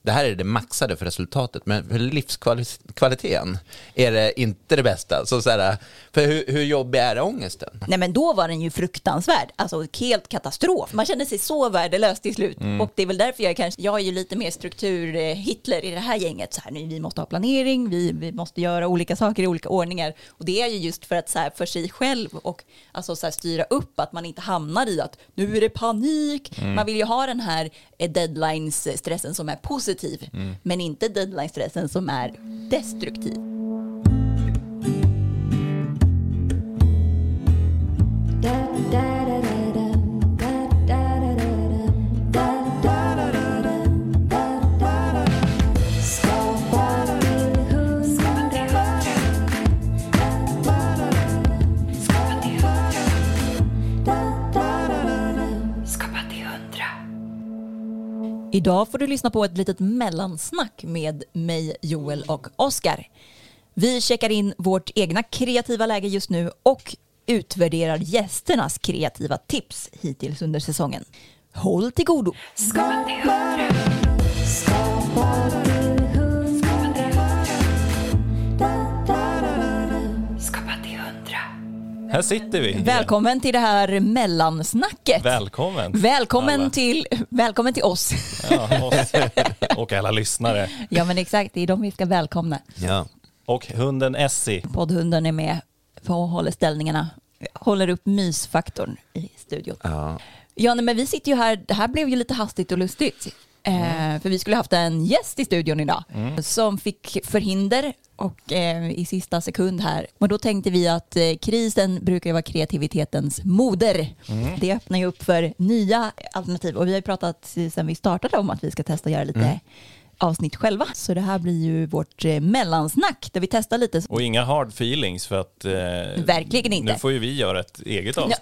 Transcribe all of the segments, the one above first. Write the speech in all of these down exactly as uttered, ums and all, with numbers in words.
det här är det maxade för resultatet, men för livskvaliteten är det inte det bästa. Så så här, för hur, hur jobbig är ångesten? Nej, men då var den ju fruktansvärd. Alltså helt katastrof. Man kände sig så värdelös till slut. Mm. Och det är väl därför jag kanske, jag är ju lite mer struktur Hitler i det här gänget. Så här, nu, vi måste ha planering, vi, vi måste göra olika saker i olika ordningar. Och det är ju just för att så här, för sig själv och alltså, så här, styra upp att man inte hamnar i att nu är det panik. Mm. Man vill ju ha den här deadlines-stressen som är positiv, mm. men inte deadline-stressen som är destruktiv. Idag får du lyssna på ett litet mellansnack med mig, Joel och Oskar. Vi checkar in vårt egna kreativa läge just nu och utvärderar gästernas kreativa tips hittills under säsongen. Håll till godo! Skapa till hundra. Skapa till hundra. Skapa till hundra. Här sitter vi. Välkommen till det här mellansnacket. Välkommen. Välkommen till, välkommen till oss. Ja, oss. Och alla lyssnare. Ja, men exakt. Det är de vi ska välkomna. Ja. Och hunden Essie. Poddhunden är med för att hålla ställningarna. Håller upp mysfaktorn i studion. Ja. Ja, men vi sitter ju här. Det här blev ju lite hastigt och lustigt. Mm. Eh, för vi skulle haft en gäst i studion idag. Mm. Som fick förhinder. Och eh, i sista sekund här. Men då tänkte vi att eh, krisen brukar ju vara kreativitetens moder. Mm. Det öppnar ju upp för nya alternativ. Och vi har ju pratat sedan vi startade om att vi ska testa att göra lite mm. avsnitt själva. Så det här blir ju vårt eh, mellansnack där vi testar lite. Och inga hard feelings för att eh, verkligen inte. Nu får ju vi göra ett eget avsnitt.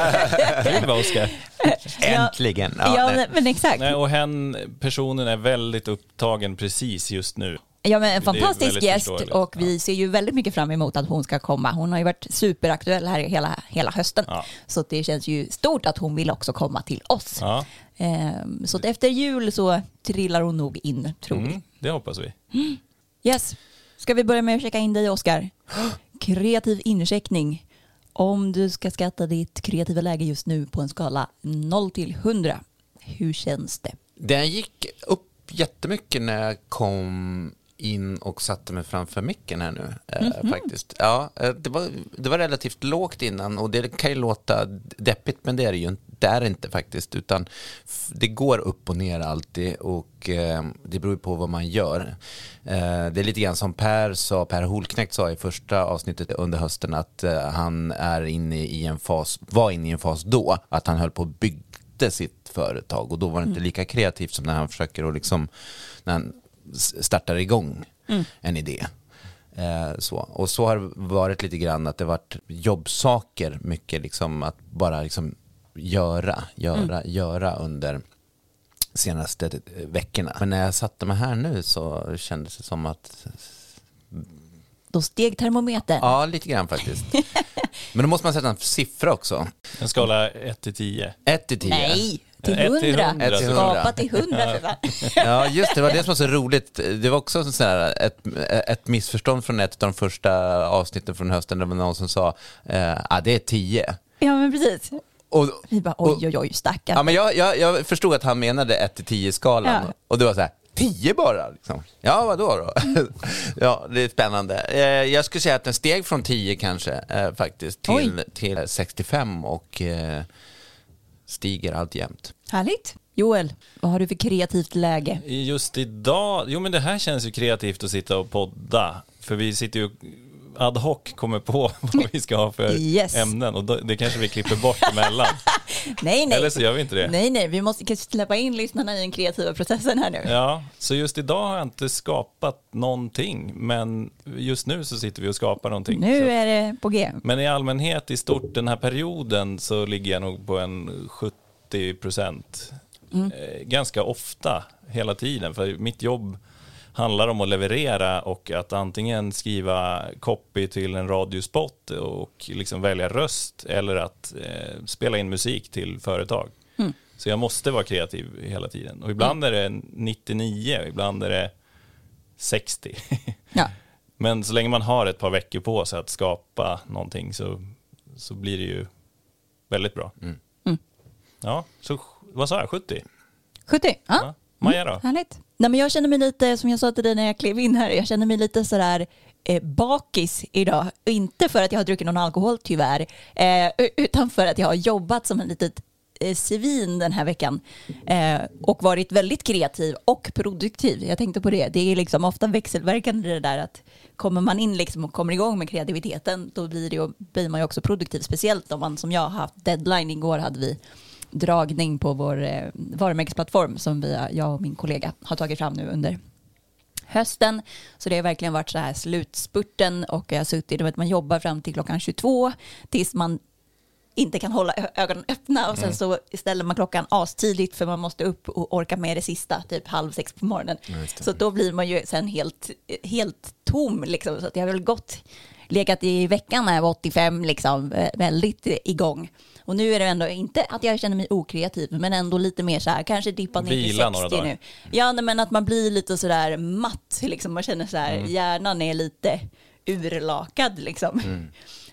Kul, va, Oskar? Äntligen. Ja, ja men, men exakt. Nej, och hen, personen är väldigt upptagen precis just nu. Ja, men en fantastisk gäst och vi ser ju väldigt mycket fram emot att hon ska komma. Hon har ju varit superaktuell här hela, hela hösten. Ja. Så det känns ju stort att hon vill också komma till oss. Ja. Um, så att efter jul så trillar hon nog in, tror mm, vi. Det hoppas vi. Mm. Yes. Ska vi börja med att checka in dig, Oskar? Kreativ incheckning. Om du ska skatta ditt kreativa läge just nu på en skala noll till hundra. Hur känns det? Den gick upp jättemycket när jag kom in och satte mig framför micken här nu mm-hmm. eh, faktiskt. Ja, det var, det var relativt lågt innan och det kan ju låta deppigt, men det är det ju inte, det är inte faktiskt, utan det går upp och ner alltid och eh, det beror på vad man gör. Eh, det är lite grann som Per sa, Per Holknekt sa i första avsnittet under hösten att eh, han är inne i en fas, var inne i en fas då, att han höll på att bygga sitt företag och då var det inte lika kreativt som när han försöker och liksom när han startar igång mm. en idé. Eh, så. Och så har det varit lite grann att det varit jobbsaker mycket liksom att bara liksom göra, göra, mm. göra under senaste veckorna. Men när jag satte mig här nu så kändes det som att då steg termometern. Ja, lite grann faktiskt. Men då måste man sätta en siffra också. En skala ett till tio. ett till tio. Nej, till hundra. Skapa till hundra. Ja, just det. Det var det som var så roligt. Det var också så här ett, ett missförstånd från ett av de första avsnitten från hösten. Där någon som sa, eh, ah, det är tio. Ja, men precis. Och, vi bara, oj, oj, oj, stackare. Ja, men jag, jag, jag förstod att han menade ett till tio skalan. Ja. Och det var så här, tio bara liksom. Ja, vadå då? Ja, det är spännande. Jag skulle säga att den steg från tio kanske faktiskt till, till sextiofem och stiger allt jämt. Härligt. Joel, vad har du för kreativt läge? Just idag, jo men det här känns ju kreativt att sitta och podda. För vi sitter ju ad hoc kommer på vad vi ska ha för yes. ämnen och då, det kanske vi klipper bort emellan. nej, nej. Eller så gör vi inte det. Nej, nej, vi måste kanske släppa in lyssnarna i den kreativa processen här nu. Ja, så just idag har jag inte skapat någonting, men just nu så sitter vi och skapar någonting. Nu så. är det på G. Men i allmänhet i stort den här perioden så ligger jag nog på en sjuttio procent. Mm. Eh, ganska ofta hela tiden, för mitt jobb handlar om att leverera och att antingen skriva copy till en radiospot och liksom välja röst eller att eh, spela in musik till företag. Mm. Så jag måste vara kreativ hela tiden. Och ibland mm. är det nittionio, ibland är det sextio. Ja. Men så länge man har ett par veckor på sig att skapa någonting så, så blir det ju väldigt bra. Mm. Mm. Ja, så vad sa jag? sjuttio? sjuttio, ja. ja. Maja då? Mm, härligt. Nej, men jag känner mig lite, som jag sa till dig när jag klev in här, jag känner mig lite sådär eh, bakis idag. Inte för att jag har druckit någon alkohol tyvärr, eh, utan för att jag har jobbat som en litet eh, svin den här veckan eh, och varit väldigt kreativ och produktiv. Jag tänkte på det. Det är liksom ofta växelverkande det där att kommer man in liksom och kommer igång med kreativiteten, då blir, det, blir man ju också produktiv. Speciellt om man, som jag har haft deadline. Igår hade vi dragning på vår eh, varumärkesplattform som vi, jag och min kollega har tagit fram nu under hösten. Så det har verkligen varit så här slutspurten och jag har suttit, vet, man jobbar fram till klockan tjugotvå tills man inte kan hålla ögonen öppna och sen mm. så ställer man klockan astidigt för man måste upp och orka med det sista, typ halv sex på morgonen. Så då blir man ju sen helt, helt tom liksom. Så att jag har väl gått, legat i veckan när jag var åttiofem liksom, väldigt igång. Och nu är det ändå inte att jag känner mig okreativ, men ändå lite mer så här, kanske dippa ner till sextio nu. Ja, men att man blir lite så där matt, liksom. Man känner så här, mm. hjärnan är lite urlakad liksom. Mm.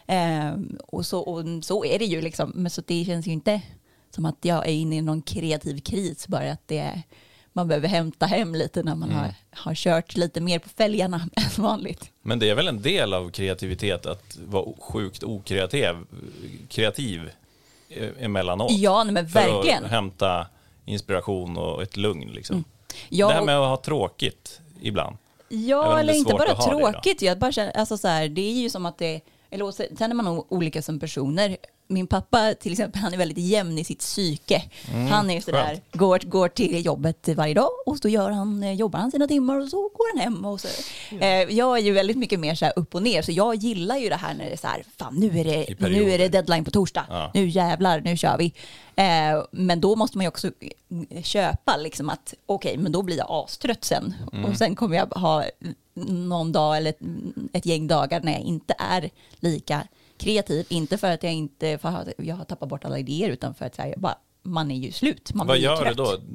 Eh, och, så, och så är det ju liksom, men så det känns ju inte som att jag är inne i någon kreativ kris, bara att det är, man behöver hämta hem lite när man mm. har, har kört lite mer på fälgarna än vanligt. Men det är väl en del av kreativitet att vara sjukt okreativ kreativ emellanåt. Ja, men verkligen. För att hämta inspiration och ett lugn liksom. Mm. Ja, det här med att ha tråkigt ibland. Ja, eller inte bara tråkigt. Jag bara känner, alltså så här, det är ju som att det, eller sen är man nog olika som personer. Min pappa till exempel, han är väldigt jämn i sitt psyke. Mm, han är så där, går, går till jobbet varje dag och så gör han, jobbar han sina timmar och så går han hem. Och så. Mm. Eh, jag är ju väldigt mycket mer så här upp och ner, så jag gillar ju det här när det är så här, fan nu är det, nu är det deadline på torsdag. Ja. Nu jävlar, nu kör vi. Eh, men då måste man ju också köpa liksom att okej, okay, men då blir jag astrött sen. Mm. Och sen kommer jag ha någon dag eller ett, ett gäng dagar när jag inte är lika kreativ, inte för att jag inte för att jag har tappat bort alla idéer, utan för att jag bara, man är ju slut. Man Vad gör trött. Du då?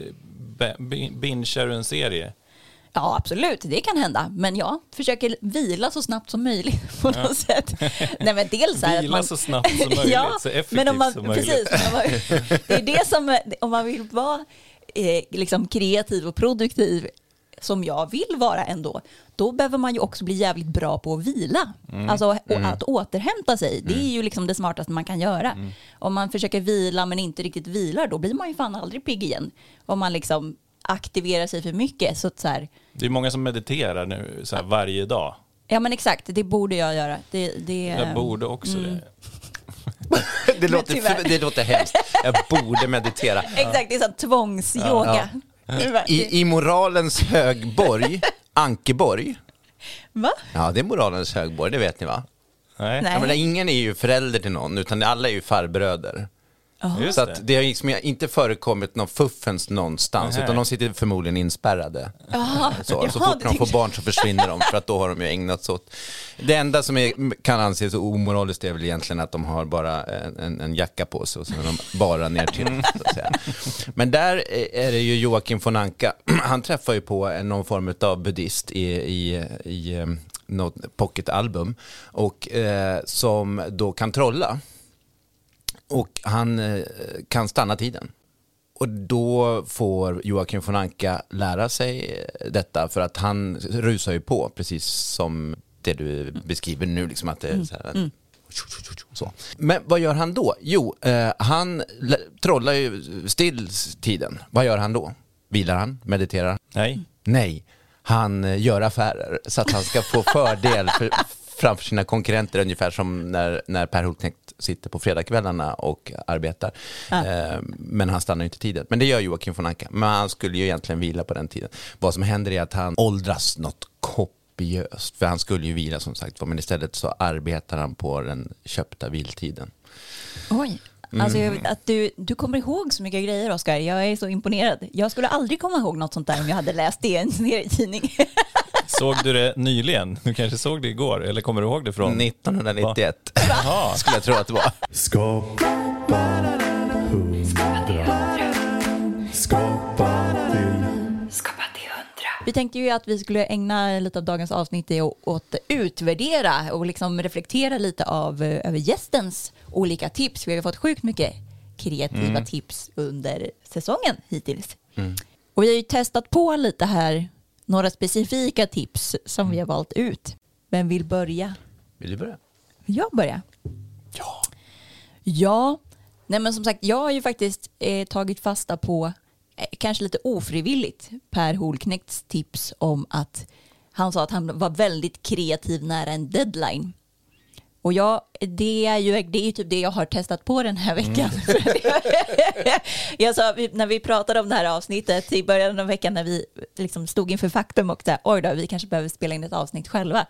Bingear du en serie? Ja, absolut. Det kan hända. Men jag försöker vila så snabbt som möjligt på något ja. sätt. Nej, men dels är vila att man... så snabbt som möjligt, ja, så effektivt men om man, som möjligt. Precis. Det är det som, om man vill vara eh, liksom kreativ och produktiv, som jag vill vara ändå, då behöver man ju också bli jävligt bra på att vila. Mm. Alltså mm. att återhämta sig. Mm. Det är ju liksom det smartaste man kan göra. Mm. Om man försöker vila men inte riktigt vilar, då blir man ju fan aldrig pigg igen. Om man liksom aktiverar sig för mycket. Så, att så här, det är många som mediterar nu så här, varje dag. Ja, men exakt. Det borde jag göra. Det, det, jag borde också mm. det. det, låter, det låter hemskt. Jag borde meditera. Exakt, det är så tvångsyoga. Ja. I, I moralens högborg, Ankeborg. Va? Ja, det är moralens högborg, det vet ni va? Nej. Nej. Men ingen är ju förälder till någon, utan alla är ju farbröder. Oh. Så att det har liksom inte förekommit någon fuffens någonstans. Nej. Utan de sitter förmodligen inspärrade. Aha. Så, Jaha, så fort de får barn så försvinner de. För att då har de ju ägnat sig åt. Det enda som är, kan anses omoraliskt är väl egentligen att de har bara en, en, en jacka på sig. Och så är de bara ner till. Så att säga. Men där är det ju Joakim von Anka. Han träffar ju på någon form av buddhist i, i, i något pocketalbum. Och eh, som då kan trolla. Och han eh, kan stanna tiden. Och då får Joakim von Anka lära sig detta, för att han rusar ju på, precis som det du beskriver nu. Liksom att det är så här, mm. så. Men vad gör han då? Jo, eh, han trollar ju still tiden. Vad gör han då? Vilar han? Mediterar? Nej. Nej, han gör affärer så att han ska få fördel för, framför sina konkurrenter, ungefär som när, när Per Hultnekt sitter på fredagskvällarna och arbetar. Ja. Eh, men han stannar ju inte tiden. Men det gör Joakim von Anka. Men han skulle ju egentligen vila på den tiden. Vad som händer är att han åldras något kopiöst. För han skulle ju vila som sagt. Men istället så arbetar han på den köpta viltiden. Oj. Alltså, mm. att du, du kommer ihåg så mycket grejer, Oskar. Jag är så imponerad. Jag skulle aldrig komma ihåg något sånt där om jag hade läst det i en serietidning. Såg du det nyligen? Du kanske såg det igår. Eller kommer du ihåg det från? nittonhundranittioett. Skulle jag tro att det var. Skapa hundra. Skapa till Skapa till hundra. Vi tänkte ju att vi skulle ägna lite av dagens avsnitt åt utvärdera och liksom reflektera lite av över gästens olika tips. Vi har fått sjukt mycket kreativa mm. tips under säsongen hittills. Mm. Och vi har ju testat på lite här några specifika tips som mm. vi har valt ut. Vem vill börja? Vill du börja? Jag börjar. Ja. Ja. Nej, men som sagt, jag har ju faktiskt eh, tagit fasta på eh, kanske lite ofrivilligt Per Holknekts tips om att han sa att han var väldigt kreativ nära en deadline. Och jag, det är ju det är ju typ det jag har testat på den här veckan. Mm. jag sa, när vi pratade om det här avsnittet i början av veckan när vi liksom stod inför faktum och så här, oj då, vi kanske behöver spela in ett avsnitt själva.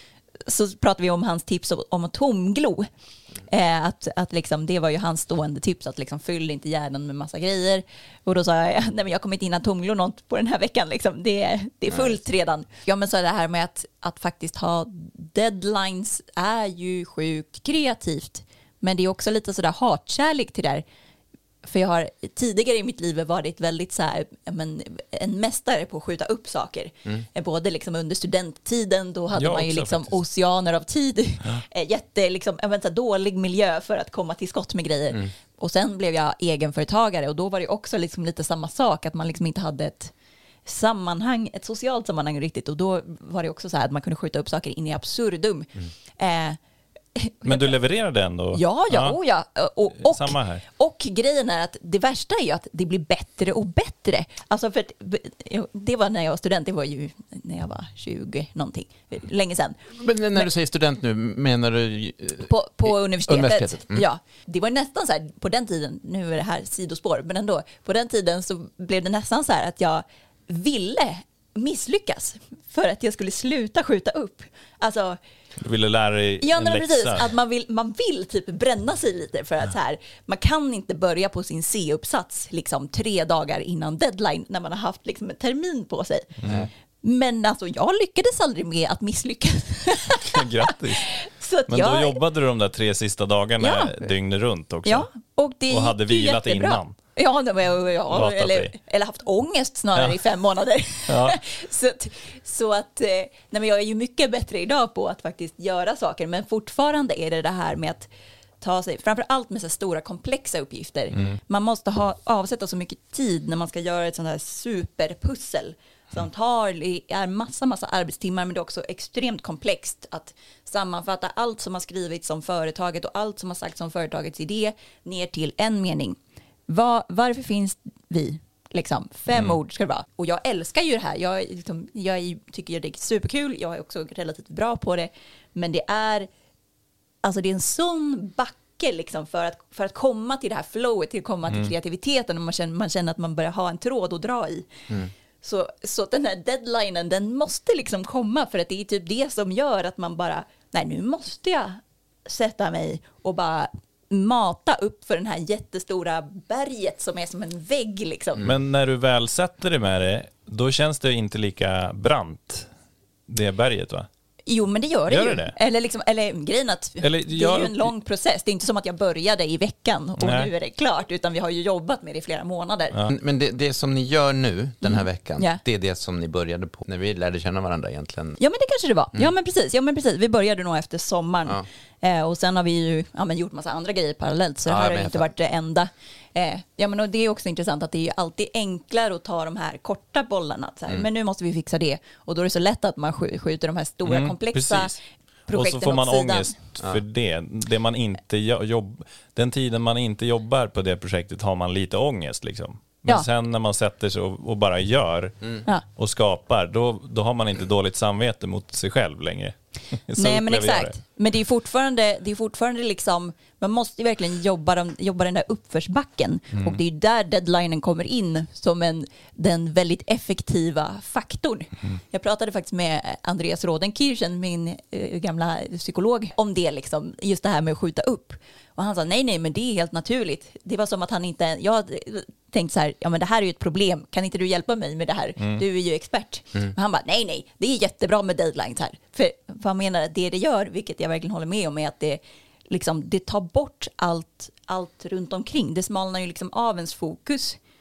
Så pratade vi om hans tips om att tomglo. Eh, att, att liksom, det var ju hans stående tips, att liksom fyll inte hjärnan med massa grejer. Och då sa jag, nej men jag kommer inte hinna tomglo något på den här veckan. Liksom. Det, det är fullt redan. Ja, men så är det här med att, att faktiskt ha deadlines är ju sjukt kreativt. Men det är också lite sådär hatkärlek till det där. För jag har tidigare i mitt liv varit väldigt så här, men, en mästare på att skjuta upp saker. Mm. Både liksom under studenttiden, då hade jag man ju liksom oceaner av tid. Ja. Jätte, liksom, jag vet, så här, dålig miljö för att komma till skott med grejer. Mm. Och sen blev jag egenföretagare och då var det också liksom lite samma sak, att man liksom inte hade ett sammanhang, ett socialt sammanhang riktigt. Och då var det också så här att man kunde skjuta upp saker in i absurdum. Mm. Eh, Men du levererade ändå? Ja, ja, ja. Oh ja. Och, och, Samma här. Och grejen är att det värsta är ju att det blir bättre och bättre. Alltså för att, det var när jag var student, det var ju när jag var tjugo någonting, länge sedan. Men när Men, du säger student nu, menar du? På, på universitetet. universitetet. Mm. Ja, det var nästan så här, på den tiden, nu är det här sidospår, men ändå, på den tiden så blev det nästan så här att jag ville misslyckas för att jag skulle sluta skjuta upp. Alltså, du ville lära dig ja, en nej, läxa. Precis, att man vill, man vill typ bränna sig lite för att så här, man kan inte börja på sin C-uppsats liksom tre dagar innan deadline när man har haft liksom en termin på sig. Mm. Men alltså jag lyckades aldrig med att misslyckas. Grattis. Så att Men jag, då jobbade du de där tre sista dagarna ja. dygnet runt också. Ja, och, det och hade vilat jättebra. Innan. Ja, ja eller, eller haft ångest snarare ja. i fem månader. Ja. så att, så att nej, men jag är ju mycket bättre idag på att faktiskt göra saker. Men fortfarande är det det här med att ta sig, framför allt med så stora komplexa uppgifter. Mm. Man måste ha, avsätta så mycket tid när man ska göra ett sånt här superpussel. Som tar är massa, massa arbetstimmar, men det är också extremt komplext att sammanfatta allt som har skrivits om företaget och allt som har sagts om företagets idé ner till en mening. Var, varför finns vi? Liksom, fem mm. ord ska det vara. Och jag älskar ju det här. Jag, liksom, jag tycker det är superkul. Jag är också relativt bra på det. Men det är, alltså det är en sån backe liksom för, att, för att komma till det här flowet, till att komma mm. till kreativiteten. Och man känner, man känner att man börjar ha en tråd att dra i. Mm. Så, så den här deadlinen, den måste liksom komma, för att det är typ det som gör att man bara, nej nu måste jag sätta mig och bara mata upp för den här jättestora berget som är som en vägg liksom. Mm. Men när du väl sätter dig med det, då känns det inte lika brant, det berget, va? Jo, men det gör det gör ju. Det det? Eller, liksom, eller grejen att eller, det är jag, ju en lång process. Det är inte som att jag började i veckan och nej. nu är det klart, utan vi har ju jobbat med det i flera månader. Ja. Men det, det som ni gör nu den här mm. veckan, ja. det är det som ni började på när vi lärde känna varandra egentligen. Ja, men det kanske det var. Mm. Ja, men precis. Ja, men precis. Vi började nog efter sommaren. Ja. Eh, och sen har vi ju ja, men gjort massa andra grejer parallellt, så det här ja, har inte varit det enda. Eh, ja, men och det är också intressant att det är ju alltid enklare att ta de här korta bollarna. Så här, mm. Men nu måste vi fixa det. Och då är det så lätt att man skjuter de här stora mm, komplexa precis. projekten. Och så får man ångest för ja. det. det man inte jobb, den tiden man inte jobbar på det projektet har man lite ångest liksom. Men ja. sen när man sätter sig och, och bara gör mm. och skapar, då, då har man inte dåligt samvete mot sig själv längre. Nej, men exakt. Men det är fortfarande, det är fortfarande liksom, man måste ju verkligen jobba, de, jobba den där uppförsbacken. Mm. Och det är ju där deadlinen kommer in som en, den väldigt effektiva faktorn. Mm. Jag pratade faktiskt med Andreas Rodenkirchen, min eh, gamla psykolog, om det liksom, just det här med att skjuta upp. Och han sa, nej, nej, men det är helt naturligt. Det var som att han inte, jag tänkte så här, ja men det här är ju ett problem. Kan inte du hjälpa mig med det här? Mm. Du är ju expert. Mm. Och han bara, nej, nej, det är jättebra med deadlines här. För, för han menar att det det gör, vilket jag verkligen håller med om, är att det, liksom, det tar bort allt, allt runt omkring. Det smalnar ju liksom av ens fokus.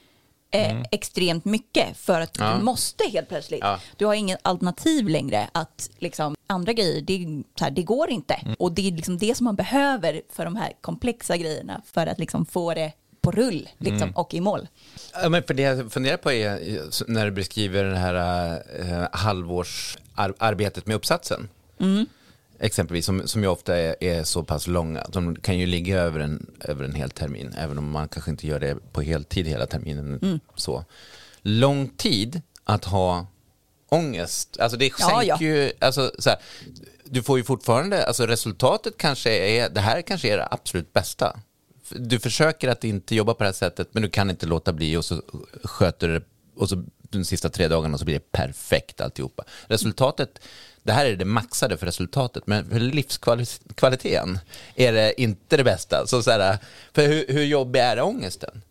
eh, mm. extremt mycket för att ja. du måste helt plötsligt. Ja. Du har ingen alternativ längre att liksom andra grejer, det, så här, det går inte. Mm. Och det är liksom det som man behöver för de här komplexa grejerna för att liksom få det på rull liksom, mm. och i mål. Ja, men för det jag funderar på är när du beskriver det här äh, halvårsarbetet med uppsatsen. Mm. Exempelvis som, som ju ofta är, är så pass långa. De kan ju ligga över en, över en hel termin. Även om man kanske inte gör det på heltid hela terminen. Mm. Så. Lång tid att ha ångest. Alltså det ja, ja. ju... Alltså, så här, du får ju fortfarande... Alltså resultatet kanske är... Det här kanske är det absolut bästa. Du försöker att inte jobba på det här sättet. Men du kan inte låta bli. Och så sköter du det. Och så de sista tre dagarna så blir det perfekt alltihopa. Resultatet... Det här är det maxade för resultatet, men för livskvaliteten är det inte det bästa. Så, så här, för hur, hur jobbig är ångesten?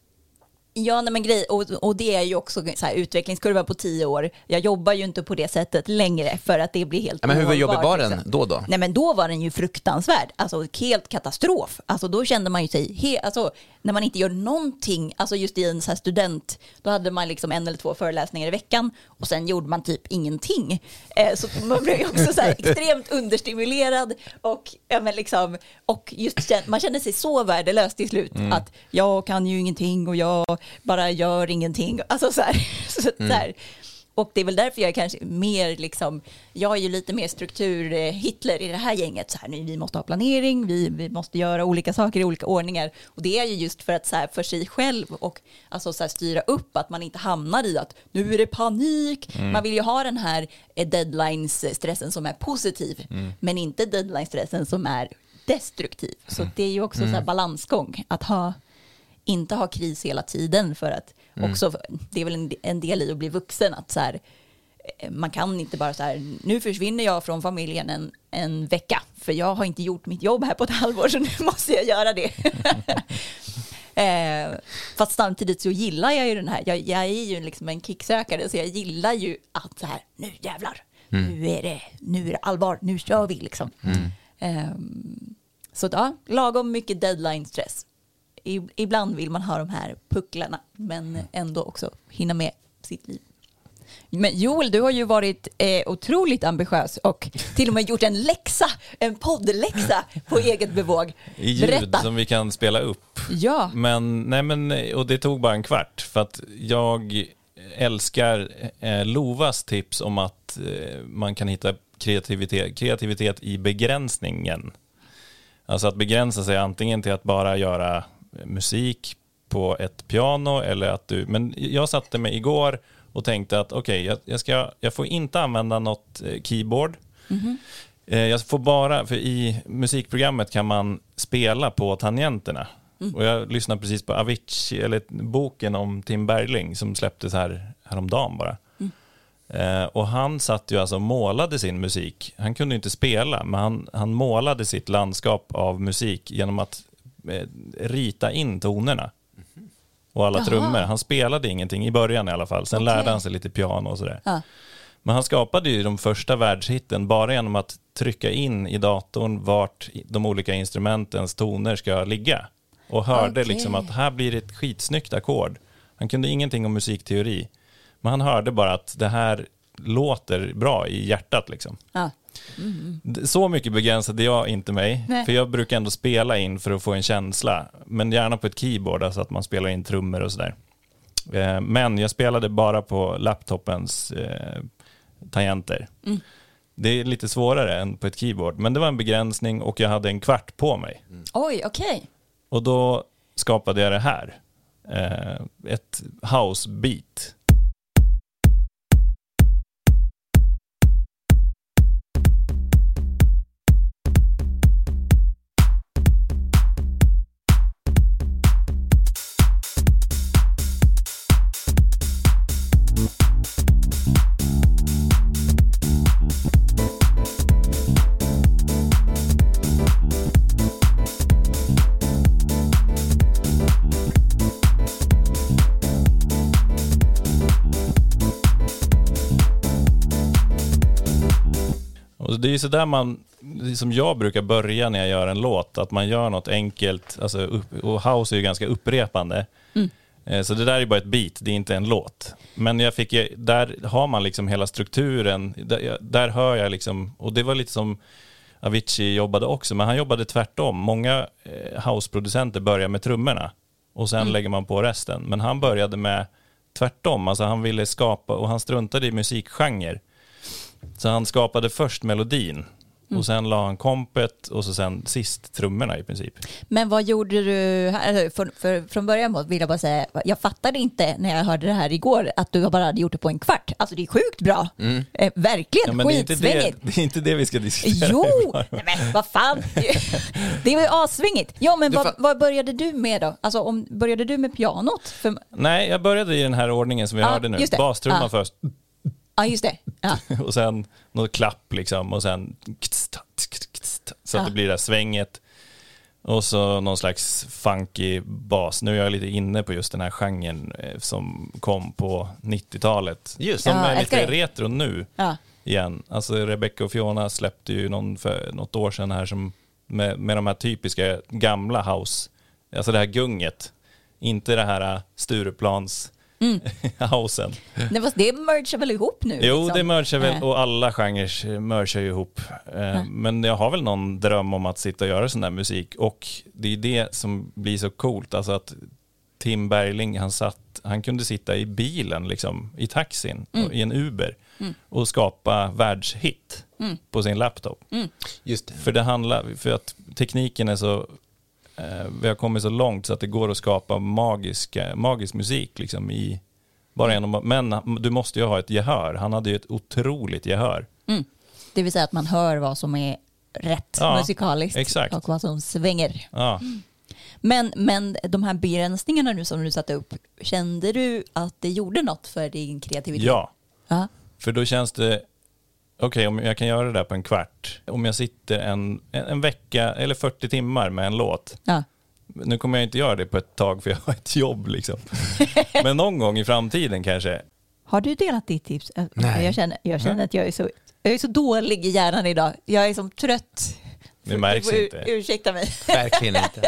Ja, nej, men grej, och, och det är ju också så här, utvecklingskurva på tio år. Jag jobbar ju inte på det sättet längre för att det blir helt ja, men hur jobbig var den liksom. då då? Nej, men då var den ju fruktansvärd. Alltså helt katastrof. Alltså då kände man ju sig, he, alltså när man inte gör någonting, alltså just i en så här student, då hade man liksom en eller två föreläsningar i veckan och sen gjorde man typ ingenting. Eh, så man blev ju också så här extremt understimulerad och, ja, men liksom, och just man kände sig så värdelös till slut mm. att jag kan ju ingenting och jag bara gör ingenting. Alltså så här, så mm. där. Och det är väl därför jag är kanske mer liksom, jag är ju lite mer struktur eh, Hitler i det här gänget. Så här, nu, vi måste ha planering, vi, vi måste göra olika saker i olika ordningar. Och det är ju just för att så här, för sig själv och alltså, så här, styra upp att man inte hamnar i att nu är det panik. Mm. Man vill ju ha den här eh, deadlines-stressen som är positiv, mm. men inte deadline-stressen som är destruktiv. Så det är ju också mm. så här, balansgång att ha inte ha kris hela tiden för att mm. också, det är väl en, en del i att bli vuxen att så här, man kan inte bara så här, nu försvinner jag från familjen en, en vecka för jag har inte gjort mitt jobb här på ett halvår så nu måste jag göra det. eh, fast samtidigt så gillar jag ju den här, jag, jag är ju liksom en kicksökare så jag gillar ju att så här, nu jävlar, mm. nu är det nu är det allvar, nu kör vi liksom. Mm. Eh, så ja, lagom mycket deadline-stress. Ibland vill man ha de här pucklarna men ändå också hinna med sitt liv. Men Joel, du har ju varit eh, otroligt ambitiös och till och med gjort en läxa, en poddläxa på eget bevåg. I ljud Berätta. Som vi kan spela upp. Ja. Men, nej men, och det tog bara en kvart för att jag älskar eh, Lovas tips om att eh, man kan hitta kreativitet, kreativitet i begränsningen. Alltså att begränsa sig antingen till att bara göra musik på ett piano eller att du, men jag satte mig igår och tänkte att okej, okay, jag, jag ska jag får inte använda något keyboard. Mm-hmm. eh, jag får bara, för i musikprogrammet kan man spela på tangenterna. Mm. Och jag lyssnade precis på Avicii eller boken om Tim Bergling som släpptes här häromdagen bara. Mm. Eh, och han satt ju alltså och målade sin musik. Han kunde inte spela, men han, han målade sitt landskap av musik genom att rita in tonerna och alla Jaha. trummor. Han spelade ingenting i början i alla fall. Sen okay. lärde han sig lite piano och sådär. Ja. Men han skapade ju de första världshitten bara genom att trycka in i datorn vart de olika instrumentens toner ska ligga. Och hörde okay. liksom att här blir ett skitsnyggt ackord. Han kunde ingenting om musikteori. Men han hörde bara att det här låter bra i hjärtat liksom. Ja. Mm. Så mycket begränsade jag inte mig. Nej. För jag brukar ändå spela in för att få en känsla. Men gärna på ett keyboard, alltså att man spelar in trummor och sådär. eh, Men jag spelade bara på laptopens eh, tangenter. mm. Det är lite svårare än på ett keyboard. Men det var en begränsning och jag hade en kvart på mig. mm. Oj, okej. Okay. Och då skapade jag det här, eh, ett house beat. Det är ju så där man, som jag brukar börja när jag gör en låt, att man gör något enkelt, alltså upp, och house är ju ganska upprepande. Mm. Så det där är bara ett beat, det är inte en låt. Men jag fick, där har man liksom hela strukturen, där, där hör jag liksom, och det var lite som Avicii jobbade också, men han jobbade tvärtom. Många houseproducenter börjar med trummorna och sen mm. lägger man på resten. Men han började med tvärtom, alltså han ville skapa, och han struntade i musikgenre. Så han skapade först melodin. Mm. Och sen la han kompet och så sen sist trummorna i princip. Men vad gjorde du här? För, för, från början vill jag bara säga, jag fattade inte när jag hörde det här igår att du bara hade gjort det på en kvart. Alltså det är sjukt bra. Mm. Eh, verkligen, ja, men skitsvingigt. Det är, inte det, det är inte det vi ska diskutera. Jo, nej, men vad fan. Det var ju assvingigt. Ja, men vad, vad började du med då? Alltså om, började du med pianot? För... Nej, jag började i den här ordningen som vi ah, hörde nu. Bastrumman ah. först. Ja, just det. Ja. Och sen något klapp liksom och sen så att ja. det blir det där svänget och så någon slags funky bas. Nu är jag lite inne på just den här genren som kom på nittiotalet. Just. Som ja, är lite retro nu ja. igen. Alltså Rebecca och Fiona släppte ju någon för något år sedan här som med, med de här typiska gamla house. Alltså det här gunget. Inte det här Stureplans Mm. housen. Det, var, det mergar väl ihop nu? Jo, liksom. det mergar väl, och alla genrer mergar ihop. Mm. Men jag har väl någon dröm om att sitta och göra sån där musik, och det är det som blir så coolt. Alltså att Tim Bergling, han, satt, han kunde sitta i bilen, liksom, i taxin, mm. i en Uber mm. och skapa världshit mm. på sin laptop. Mm. Just det. För det handlar, för att tekniken är så... Vi har kommit så långt så att det går att skapa magiska, magisk musik liksom i bara genom, men du måste ju ha ett gehör. Han hade ju ett otroligt gehör. Mm. Det vill säga att man hör vad som är rätt ja, musikaliskt exakt. Och vad som svänger. Ja. Mm. Men, men de här begränsningarna nu som du satte upp, kände du att det gjorde något för din kreativitet? Ja, uh-huh. För då känns det okej, okay, om jag kan göra det där på en kvart. Om jag sitter en, en, en vecka eller fyrtio timmar med en låt. Ja. Nu kommer jag inte göra det på ett tag för jag har ett jobb liksom. Men någon gång i framtiden kanske. Har du delat ditt tips? Nej. Jag känner, jag känner att jag är, så, jag är så dålig i hjärnan idag. Jag är som trött. Det märks ur, inte. Ursäkta mig. Verkligen inte.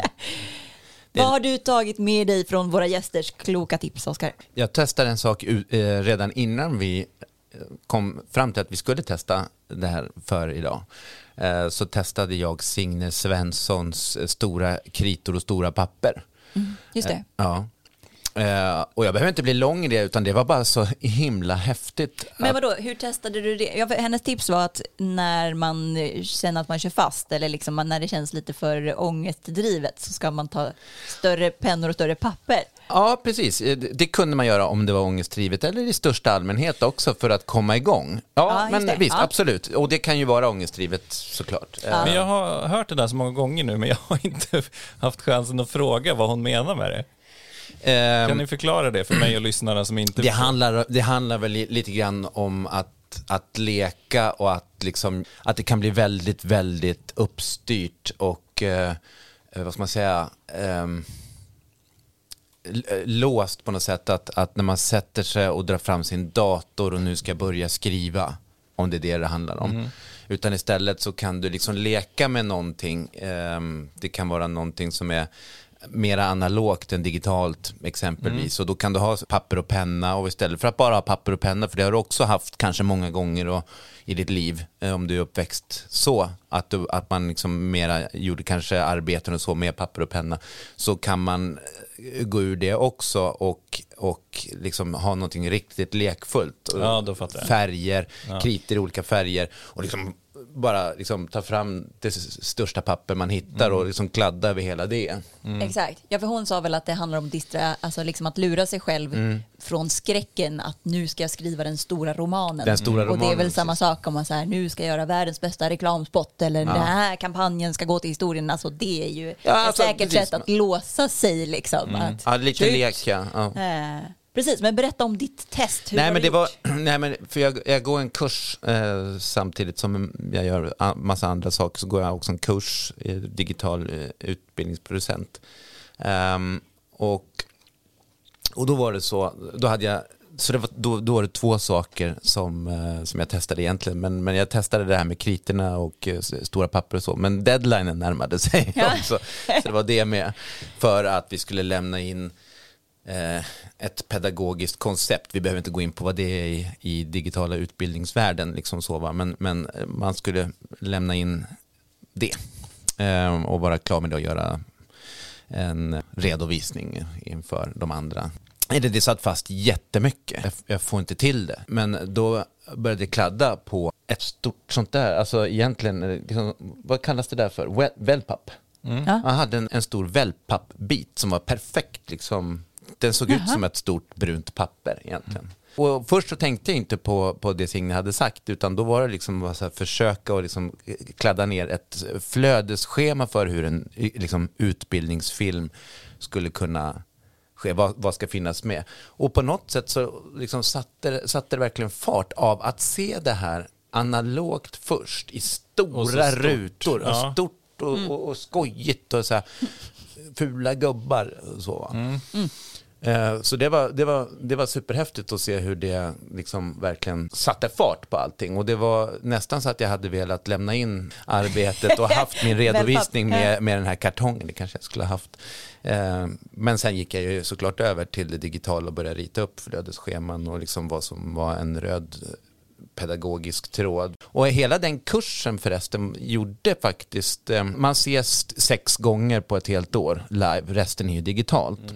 Vad har du tagit med dig från våra gästers kloka tips, Oskar? Jag testade en sak eh, redan innan vi kom fram till att vi skulle testa det här för idag. Eh, så testade jag Signe Svenssons stora kritor och stora papper. Mm, just det. Eh, ja. Uh, och jag behöver inte bli lång i det, utan det var bara så himla häftigt. Men vadå, hur testade du det? Ja, hennes tips var att när man känner att man kör fast, eller liksom när det känns lite för ångestdrivet, så ska man ta större pennor och större papper. Ja, precis. Det, det kunde man göra om det var ångestdrivet, eller i största allmänhet också, för att komma igång. Ja, ja men visst, ja. Absolut. Och det kan ju vara ångestdrivet såklart. Ja. Men jag har hört det där så många gånger nu, men jag har inte haft chansen att fråga vad hon menar med det. Kan ni förklara det för mig och lyssnarna som inte... Det handlar, det handlar väl lite grann om att, att leka och att, liksom, att det kan bli väldigt, väldigt uppstyrt och eh, vad ska man säga eh, låst på något sätt. Att, att när man sätter sig och drar fram sin dator och nu ska börja skriva, om det är det det handlar om. Mm. Utan istället så kan du liksom leka med någonting. Eh, det kan vara någonting som är mera analogt än digitalt exempelvis. Mm. Och då kan du ha papper och penna, och istället för att bara ha papper och penna, för det har du också haft kanske många gånger och, i ditt liv, eh, om du är uppväxt så att, du, att man liksom mera gjorde kanske arbeten och så med papper och penna, så kan man gå ur det också och, och liksom ha någonting riktigt lekfullt. Ja, då fattar jag. Färger, ja. Kritor i olika färger, och liksom bara liksom ta fram det största papper man hittar mm. och liksom kladda över hela det. Mm. Exakt. Ja, för hon sa väl att det handlar om distra, alltså liksom att lura sig själv mm. från skräcken att nu ska jag skriva den stora romanen. Den stora mm. romanen. Och det är väl samma sak om man säger nu ska jag göra världens bästa reklamspot, eller ja. Den här kampanjen ska gå till historien. Alltså det är ju ja, alltså, ett säkert precis. Sätt att låsa sig liksom. Mm. Att, ja, lite lek, ja. ja. Äh. Precis, men berätta om ditt test. Hur nej, var men det det var, nej, men för jag, jag går en kurs eh, samtidigt som jag gör a, massa andra saker, så går jag också en kurs i digital eh, utbildningsproducent. Um, och, och då var det så, då hade jag, så det var, då, då var det två saker som, eh, som jag testade egentligen, men, men jag testade det här med kriterna och eh, stora papper och så, men deadlinen närmade sig ja. också, så det var det med, för att vi skulle lämna in eh, ett pedagogiskt koncept. Vi behöver inte gå in på vad det är i, i digitala utbildningsvärlden liksom så, va? Men, men man skulle lämna in det eh, och vara klar med det och göra en redovisning inför de andra. Det satt fast jättemycket. Jag får inte till det. Men då började det kladda på ett stort sånt där. Alltså egentligen, liksom, vad kallas det där för? Wellpapp. Mm. Ja. Man hade en, en stor wellpappbit som var perfekt. Liksom. Den såg Jaha. ut som ett stort brunt papper egentligen. Mm. Och först så tänkte jag inte på, på det Signe hade sagt, utan då var det liksom att så här, försöka att liksom kladda ner ett flödesschema för hur en liksom, utbildningsfilm skulle kunna ske, vad, vad ska finnas med. Och på något sätt så liksom satte, satte det verkligen fart av att se det här analogt först i stora rutor, ja. och stort och, mm. och, och skojigt och så här, fula gubbar och så. Mm. Mm. Så det var, det, var, det var superhäftigt att se hur det liksom verkligen satte fart på allting. Och det var nästan så att jag hade velat lämna in arbetet och haft min redovisning med, med den här kartongen. Det kanske jag skulle ha haft. Men sen gick jag ju såklart över till det digitala och började rita upp flödesscheman och liksom vad som var en röd pedagogisk tråd. Och hela den kursen förresten gjorde faktiskt, man ses sex gånger på ett helt år live, resten är ju digitalt. Mm.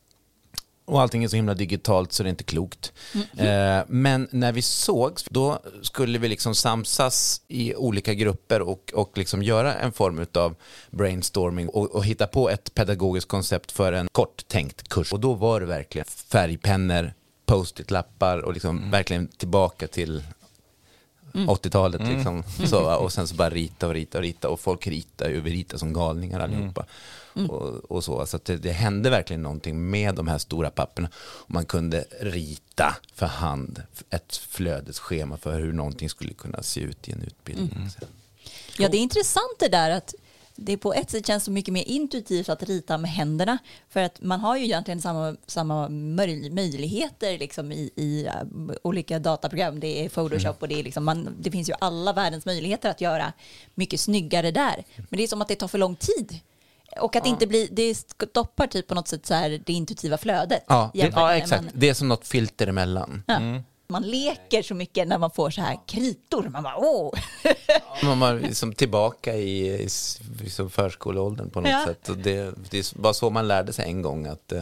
Och allting är så himla digitalt så det är inte klokt. Mm. Eh, men när vi sågs, då skulle vi liksom samsas i olika grupper och, och liksom göra en form av brainstorming och, och hitta på ett pedagogiskt koncept för en kort tänkt kurs. Och då var det verkligen färgpennor, post-it-lappar och liksom mm. verkligen tillbaka till mm. åttiotalet liksom. Mm. Så, och sen så bara rita och rita och rita och folk ritar ju, vi ritar som galningar allihopa. Mm. Mm. Och, och så, så att det, det hände verkligen någonting med de här stora papperna. Man kunde rita för hand ett flödesschema för hur någonting skulle kunna se ut i en utbildning. Mm. Ja, det är intressant det där att det på ett sätt känns så mycket mer intuitivt att rita med händerna, för att man har ju egentligen samma, samma möjligheter liksom i, i uh, olika dataprogram. Det är Photoshop mm. och det är liksom man, det finns ju alla världens möjligheter att göra mycket snyggare där. Men det är som att det tar för lång tid. Och att ja. inte bli, det stoppar typ på något sätt så här det intuitiva flödet. Ja, det, ja exakt. Man, det är som något filter emellan. Ja. Mm. Man leker så mycket när man får så här kritor. Man bara, åh! Man var liksom tillbaka i, i, i som förskoleåldern på något ja. sätt. Och det, det var så man lärde sig en gång att,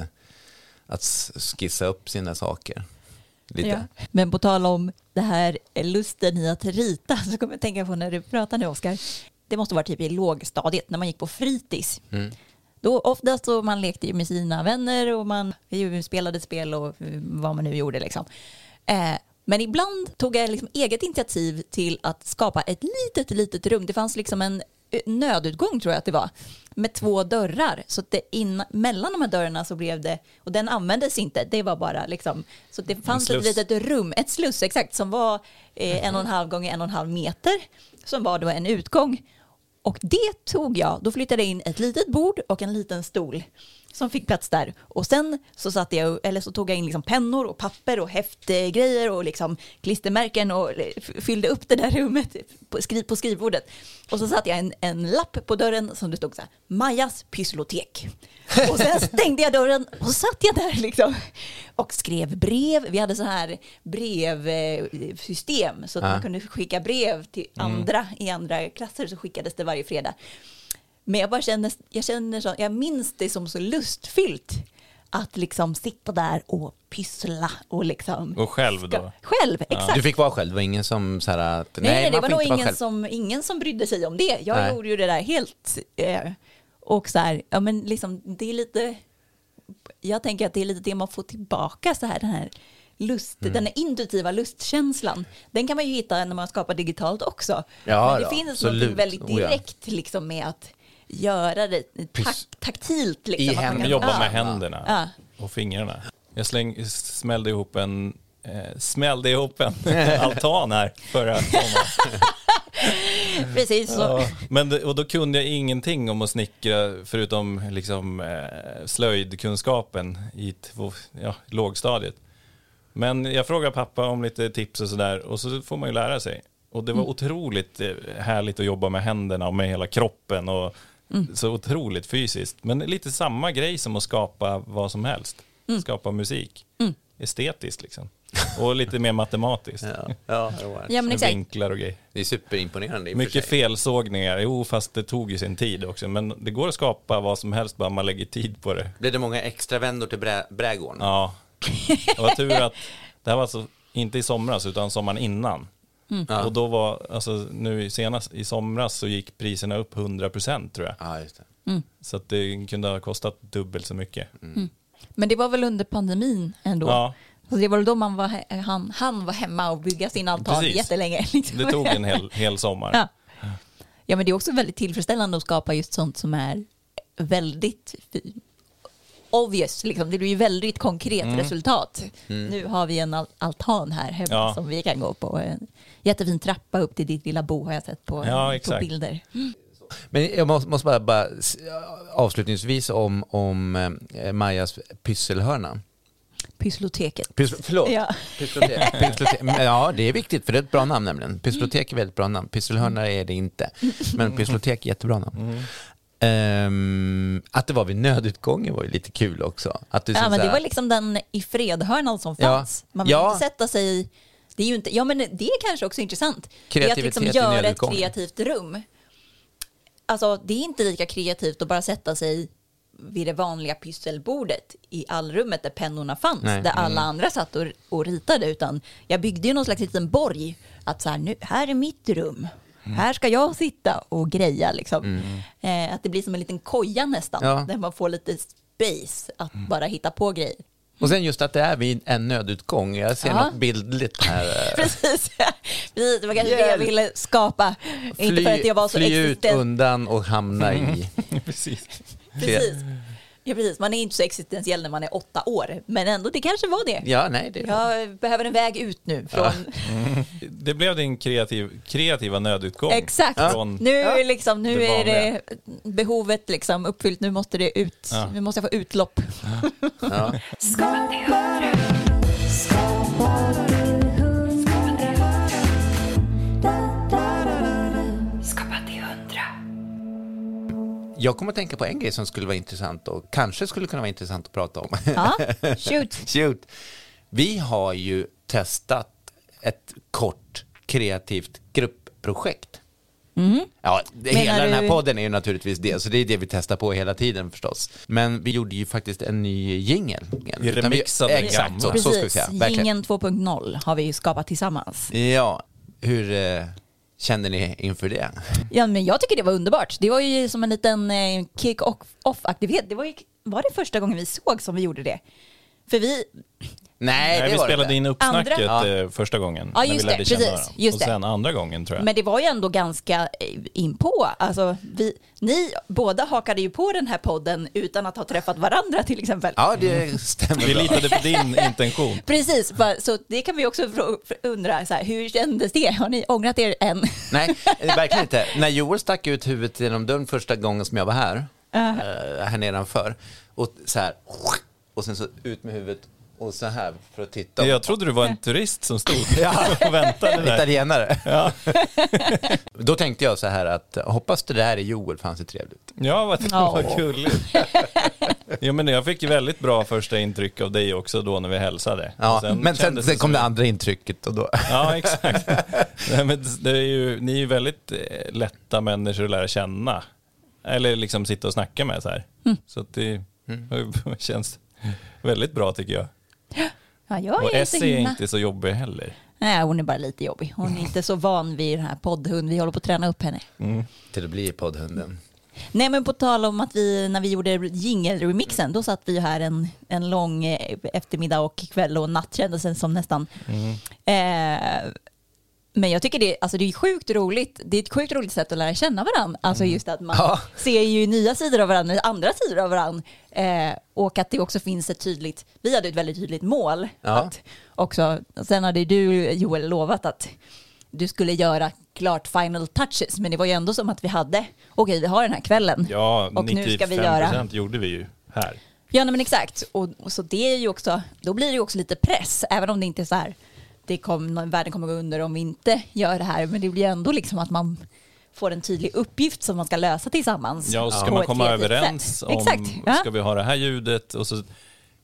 att skissa upp sina saker. Lite. Ja. Men på tal om det här lusten i att rita så kommer jag tänka på när du pratar nu, Oskar. Det måste vara typ i lågstadiet när man gick på fritids. Mm. Då oftast så man lekte med sina vänner och man spelade spel och vad man nu gjorde liksom. Eh, men ibland tog jag liksom eget initiativ till att skapa ett litet, litet rum. Det fanns liksom en nödutgång tror jag att det var, med två dörrar. Så att det in, mellan de här dörrarna så blev det, och den användes inte, det var bara liksom, så det fanns ett litet rum, ett sluss exakt, som var eh, en och en halv gånger en och en halv meter, som var då en utgång. Och det tog jag, då flyttade jag in ett litet bord och en liten stol som fick plats där. Och sen så satte jag, eller så tog jag in liksom pennor och papper och häftgrejer och liksom klistermärken och fyllde upp det där rummet på, skriv, på skrivbordet. Och så satte jag en, en lapp på dörren som det stod så här, Majas pysslotek. Och sen stängde jag dörren och satt jag där liksom och skrev brev. Vi hade så här brevsystem så att ja. man kunde skicka brev till andra mm. i andra klasser, så skickades det varje fredag. Men jag bara känner, jag känner så, jag minns det som så lustfyllt att liksom sitta där och pyssla och liksom. Och själv då? Själv, exakt. Ja. Du fick vara själv, det var ingen som så här att nej, nej, nej det var nog ingen som, ingen som brydde sig om det. Jag nej. gjorde ju det där helt eh, och så här, ja men liksom det är lite, jag tänker att det är lite det man får tillbaka så här, den här lust, mm. den här intuitiva lustkänslan, den kan man ju hitta när man skapar digitalt också. Ja, men det då, finns absolut. något väldigt direkt oh, ja. liksom med att göra det tak- taktilt. Liksom, I händer, jobba ja. med händerna ja. och fingrarna. Jag släng, smällde ihop en eh, smällde ihop en altan här förra sommaren. Precis så. Ja, men och då kunde jag ingenting om att snickra förutom liksom eh, slöjdkunskapen i två, ja, lågstadiet. Men jag frågade pappa om lite tips och sådär, och så får man ju lära sig. Och det var mm. otroligt härligt att jobba med händerna och med hela kroppen och mm. så otroligt fysiskt. Men lite samma grej som att skapa vad som helst. mm. skapa musik. Mm. Estetiskt liksom. Och lite mer matematiskt. Ja, ja, ja, men exakt. Vinklar och grejer. Det är superimponerande. Mycket felsågningar. Jo, fast det tog ju sin tid också. Men det går att skapa vad som helst bara man lägger tid på det. Blev det många extra vändor till brä- brädgården? Ja. Det var tur att det här var alltså inte i somras utan sommaren innan. Mm. Ja. Och då var, alltså nu senast i somras så gick priserna upp hundra procent tror jag. Ja, just det. Mm. Så att det kunde ha kostat dubbelt så mycket. Mm. Mm. Men det var väl under pandemin ändå? Ja. Så det var då man var, han, han var hemma och bygga sin altan Precis. jättelänge. Liksom. Det tog en hel, hel sommar. Ja. ja, men det är också väldigt tillfredsställande att skapa just sånt som är väldigt obvious. Liksom. Det blir ju väldigt konkret mm. resultat. Mm. Nu har vi en altan här hemma ja. som vi kan gå på. En jättefin trappa upp till ditt lilla bo har jag sett på, ja, på bilder. Mm. Men jag måste, måste bara, bara avslutningsvis om, om eh, Majas pysselhörna. Pyssloteket. Pys, förlåt. Ja. Pysslotek. Pysslotek. Ja, det är viktigt för det är ett bra namn nämligen. Pysslotek är väldigt bra namn. Pysselhörna är det inte. Men pysslotek är jättebra namn. Mm. Um, att det var vid nödutgången var ju lite kul också. Att du ja, men såhär... det var liksom den i fredhörnan som fanns. Ja. Man vill ja. inte sätta sig i... Det är ju inte... Ja, men det är kanske också intressant. Kreativitet det är att liksom göra ett kreativt rum. Alltså, det är inte lika kreativt att bara sätta sig vid det vanliga pysselbordet i allrummet där pennorna fanns. Nej. Där alla mm. andra satt och, och ritade. Utan jag byggde ju någon slags liten borg. Att så här, nu, här är mitt rum. Mm. Här ska jag sitta och greja. Liksom. Mm. Eh, att det blir som en liten koja nästan. Ja. Där man får lite space att mm. bara hitta på grejer. Och sen just att det är vid en nödutgång. Jag ser ja. något bildligt här. Precis. Precis. Det var kanske det jag ville skapa. Fly, inte för att jag var så fly ut undan och hamna i. Precis. Precis. Ja, precis. Man är inte så existentiell när man är åtta år. Men ändå, det kanske var det. Ja, nej, det jag behöver en väg ut nu. Från... Ja. Mm. Det blev din kreativ, kreativa nödutgång. Exakt. Ja. Nu, ja. liksom, nu det är det behovet liksom uppfyllt. Nu måste det ut. Ja. Nu måste jag få utlopp. Ja. Ja. Jag kommer att tänka på en grej som skulle vara intressant och kanske skulle kunna vara intressant att prata om. Ja, shoot. shoot. Vi har ju testat ett kort kreativt gruppprojekt. Mm. Ja, det, hela du... den här podden är ju naturligtvis det, så det är det vi testar på hela tiden förstås. Men vi gjorde ju faktiskt en ny jingle. Vi remixade den gamla. Exakt, så, så ska vi säga. Jingeln två punkt noll har vi ju skapat tillsammans. Ja, hur... Eh... kände ni inför det? Ja, men jag tycker det var underbart. Det var ju som en liten eh, kick-off-aktivitet. Det var ju, var det första gången vi såg som vi gjorde det? För vi... Nej, Nej det vi var spelade det. in uppsnacket andra? första gången. Ja, just när vi det. Precis. Just och det. sen andra gången tror jag. Men det var ju ändå ganska inpå. Alltså, vi, ni båda hakade ju på den här podden utan att ha träffat varandra till exempel. Ja, det stämmer. Vi litade på din intention. Precis, så det kan vi också undra. Så här, hur kändes det? Har ni ångrat er än? Nej, verkligen inte. När Joel stack ut huvudet genom dörren första gången som jag var här, uh-huh. här nedanför, och så här, och sen så ut med huvudet och så här för att titta. Jag trodde du var en turist som stod och väntade där. Italienare. Ja. Då tänkte jag så här att hoppas det där är Joel, för han ser trevligt ut. Ja, vad, oh. vad kul. Ja, men jag fick ju väldigt bra första intryck av dig också då när vi hälsade. Ja, sen men sen, sen kom det andra intrycket och då. Ja, exakt. Nej, men det är ju, ni är ju väldigt lätta människor att lära känna. Eller liksom sitta och snacka med så här. Mm. Så att det mm. känns väldigt bra tycker jag. Ja, jag och är Essie är inte så jobbig heller. Nej, hon är bara lite jobbig. Hon är inte så van vid den här poddhund. Vi håller på att träna upp henne. Mm. Till att bli poddhunden. Nej, men på tal om att vi, när vi gjorde jingle-remixen, då satt vi här en, en lång eftermiddag och kväll och natt kändes det som nästan. Mm. Eh, men jag tycker det, alltså det är sjukt roligt. Det är ett sjukt roligt sätt att lära känna varandra. Alltså just att man ja. ser ju nya sidor av varandra, andra sidor av varandra. Eh, och att det också finns ett tydligt, vi hade ett väldigt tydligt mål. Ja. Att också, sen hade du, Joel, lovat att du skulle göra klart final touches. Men det var ju ändå som att vi hade, okej okay, vi har den här kvällen. Ja, och nu ska vi göra. Gjorde vi ju här. Ja, men exakt. Och, och så det är ju också, då blir det ju också lite press. Även om det inte är så här, det kom, världen kommer gå under om vi inte gör det här. Men det blir ändå liksom att man får en tydlig uppgift som man ska lösa tillsammans. Ja, och ska man komma överens sätt. om, Exakt, ja. ska vi ha det här ljudet? Och så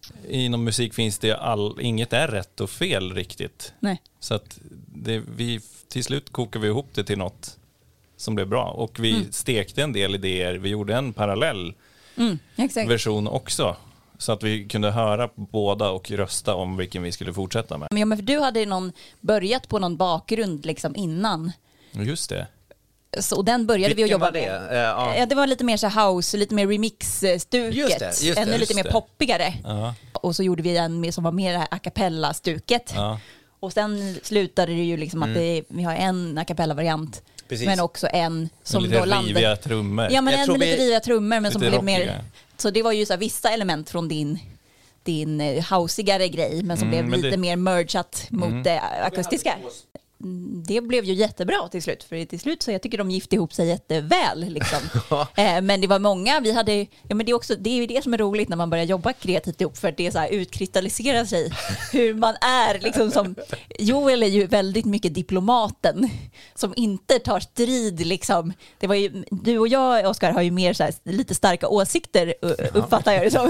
Inom musik finns det all, inget är rätt och fel riktigt. Nej. Så att det, vi, till slut kokar vi ihop det till något som blev bra. Och vi mm. stekte en del idéer. Vi gjorde en parallell mm, exakt. version också. Så att vi kunde höra båda och rösta om vilken vi skulle fortsätta med. Ja, men för du hade någon börjat på någon bakgrund liksom innan. Just det. Så, och den började Vilken vi att jobba var det? med. Uh, ja. Ja, det var lite mer så house, lite mer remix-stuket. Just det, just det, Ännu just lite mer det. poppigare. Ja. Och så gjorde vi en med, som var mer det här a cappella-stuket. Ja. Och sen slutade det ju liksom Mm. att det, vi har en a cappella-variant. Precis. Men också en som lite då landade... riviga trummor. Ja, men Jag en tror med lite vi- riviga trummor men som lite blev mer... rockiga. Så det var ju så här, vissa element från din, din eh, housigare grej men som Mm, blev men lite det- mer mergat mot det akustiska. Mm, Det blev ju jättebra till slut, för till slut så jag tycker de gifte ihop sig jätteväl liksom. eh, men det var många, vi hade, ja men det är också, det är ju det som är roligt när man börjar jobba kreativt ihop, för att det är så här utkristalliserar sig hur man är liksom som, Joel är ju väldigt mycket diplomaten som inte tar strid liksom. Det var ju, du och jag, Oskar, har ju mer så här, lite starka åsikter uppfattar jag det som.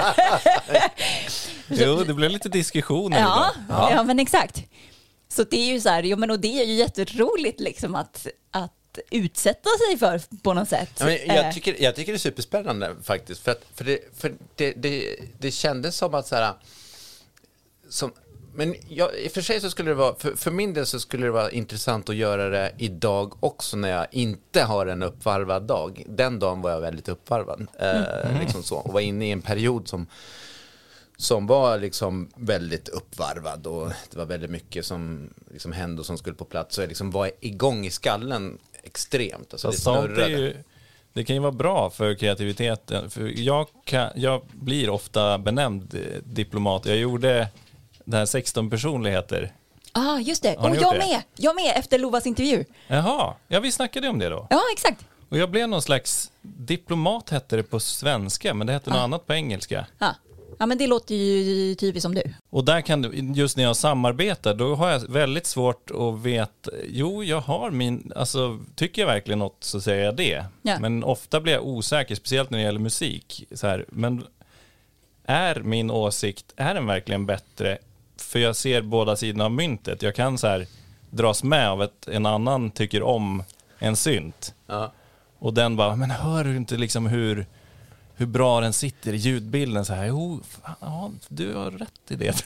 Jo, det blev lite diskussioner Ja, ibland. ja, men exakt. Så det är ju så här, ja, men och det är ju jätteroligt liksom att, att utsätta sig för på något sätt. Ja, men Eh, jag, tycker, jag tycker det är superspännande faktiskt. För, att, för, det, för det, det, det kändes som att så här... Som, men jag, i och för sig så skulle det vara... För, för min del så skulle det vara intressant att göra det idag också när jag inte har en uppvarvad dag. Den dagen var jag väldigt uppvarvad. Eh, Mm. liksom så, och var inne i en period som... som var liksom väldigt uppvarvad och det var väldigt mycket som liksom hände och som skulle på plats. Så jag liksom var igång i skallen extremt. Alltså Fast det sånt är snurrade. ju, det kan ju vara bra för kreativiteten. För jag, kan, jag blir ofta benämnd eh, diplomat. Jag gjorde det här sexton personligheter. Ah, just det. Har Och ni jag gjort det? med. Jag med efter Lovas intervju. Jaha, ja vi snackade om det då. Ja, exakt. Och jag blev någon slags diplomat hette det på svenska, men det hette något annat på engelska. Ja. Ja, men det låter ju typiskt som du. Och där kan du, just när jag samarbetar, då har jag väldigt svårt att veta, jo jag har min, alltså tycker jag verkligen något så säger jag det. Ja. Men ofta blir jag osäker, speciellt när det gäller musik. Så här, men är min åsikt, är den verkligen bättre? För jag ser båda sidorna av myntet. Jag kan så här dras med av att en annan tycker om en synt. Ja. Och den bara, men hör du inte liksom hur... hur bra den sitter i ljudbilden så här. Jo, fan, ja, du har rätt i det.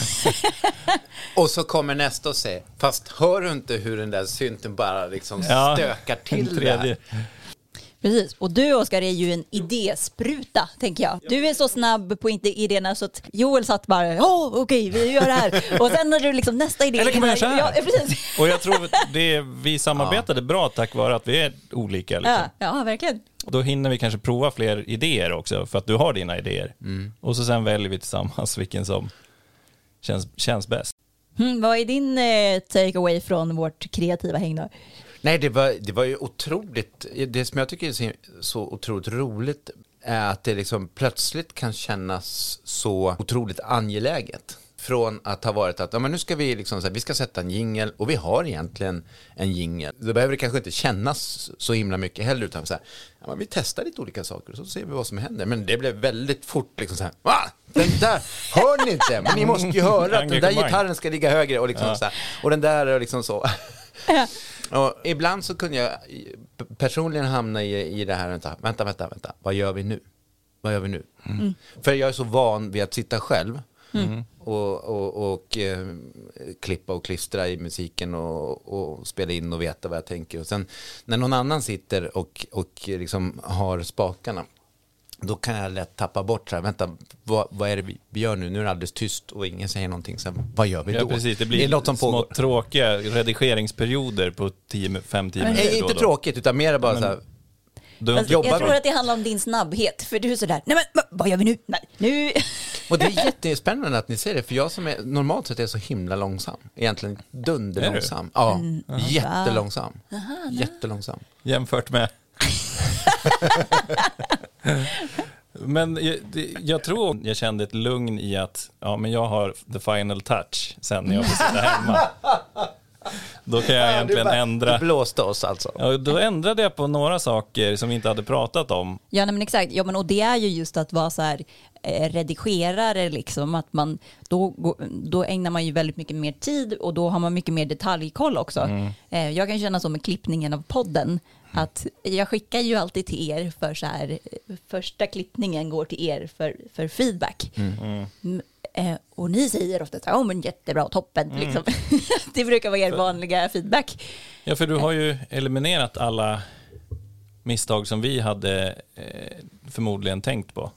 Och så kommer nästa och säger, fast hör du inte hur den där synten bara liksom Ja, stökar en till tredje. det? Precis. Och du, Oskar, är ju en idéspruta, tänker jag. Du är så snabb på inte idéerna så att Joel satt bara, ja, okej, vi gör det här. Och sen när du liksom nästa idé... Eller kan man göra så här? Ja, precis. Och jag tror att det, vi samarbetade bra tack vare att vi är olika. Liksom. Ja, ja, verkligen. Och då hinner vi kanske prova fler idéer också för att du har dina idéer. Mm. Och så sen väljer vi tillsammans vilken som känns, känns bäst. Mm, vad är din eh, takeaway från vårt kreativa häng då? Nej, det var, det var ju otroligt, det som jag tycker är så, så otroligt roligt är att det liksom plötsligt kan kännas så otroligt angeläget. Från att ha varit att ja, men nu ska vi liksom så här, vi ska sätta en jingle och vi har egentligen en jingle. Då behöver det kanske inte kännas så himla mycket heller utan så här, ja, men vi testar lite olika saker och så ser vi vad som händer. Men det blev väldigt fort liksom så här, va? Den där, hör ni inte? Men ni måste ju höra att den där gitarren ska ligga högre och liksom Ja. så här, och den där är liksom så. Och ibland så kunde jag personligen hamna i, i det här, vänta, vänta, vänta, vänta, vad gör vi nu? Vad gör vi nu? Mm. För jag är så van vid att sitta själv mm. och, och, och eh, klippa och klistra i musiken och, och spela in och veta vad jag tänker. Och sen när någon annan sitter och, och liksom har spakarna, då kan jag lätt tappa bort så här, vänta, vad, vad är det vi, vi gör nu? Nu är det alldeles tyst och ingen säger någonting. Så vad gör vi då? Ja, precis. Det blir det är något som små pågår. tråkiga redigeringsperioder på fem till tio minuter. Nej, inte då. tråkigt, utan mer bara Men- så här, Då Fast jobbar jag tror vi. att det handlar om din snabbhet. För du är sådär, nej men vad gör vi nu? Nej, nu... och det är jättespännande att ni säger det, för jag som är normalt sett är så himla långsam, egentligen dunderlångsam. Ja, Mm. jättelångsam. Jättelångsam. Jämfört med... Men jag, det, jag tror jag kände ett lugn i att ja, men jag har the final touch sen när jag får sitta hemma. Då kan jag egentligen du bara, ändra. Du blåste oss alltså. Ja, då ändrade jag på några saker som vi inte hade pratat om. Ja, nej, men exakt. Ja, men och det är ju just att vara så här eh, redigerare liksom, att man då, då ägnar man ju väldigt mycket mer tid och då har man mycket mer detaljkoll också. Mm. Eh, jag kan känna så med klippningen av podden att jag skickar ju alltid till er för så här, första klippningen går till er för, för feedback. Mm. Mm. Eh, och ni säger ofta att ja, men jättebra, toppen. Mm. Liksom. Det brukar vara er vanliga feedback. Ja, för du har ju eliminerat alla misstag som vi hade eh, förmodligen tänkt på.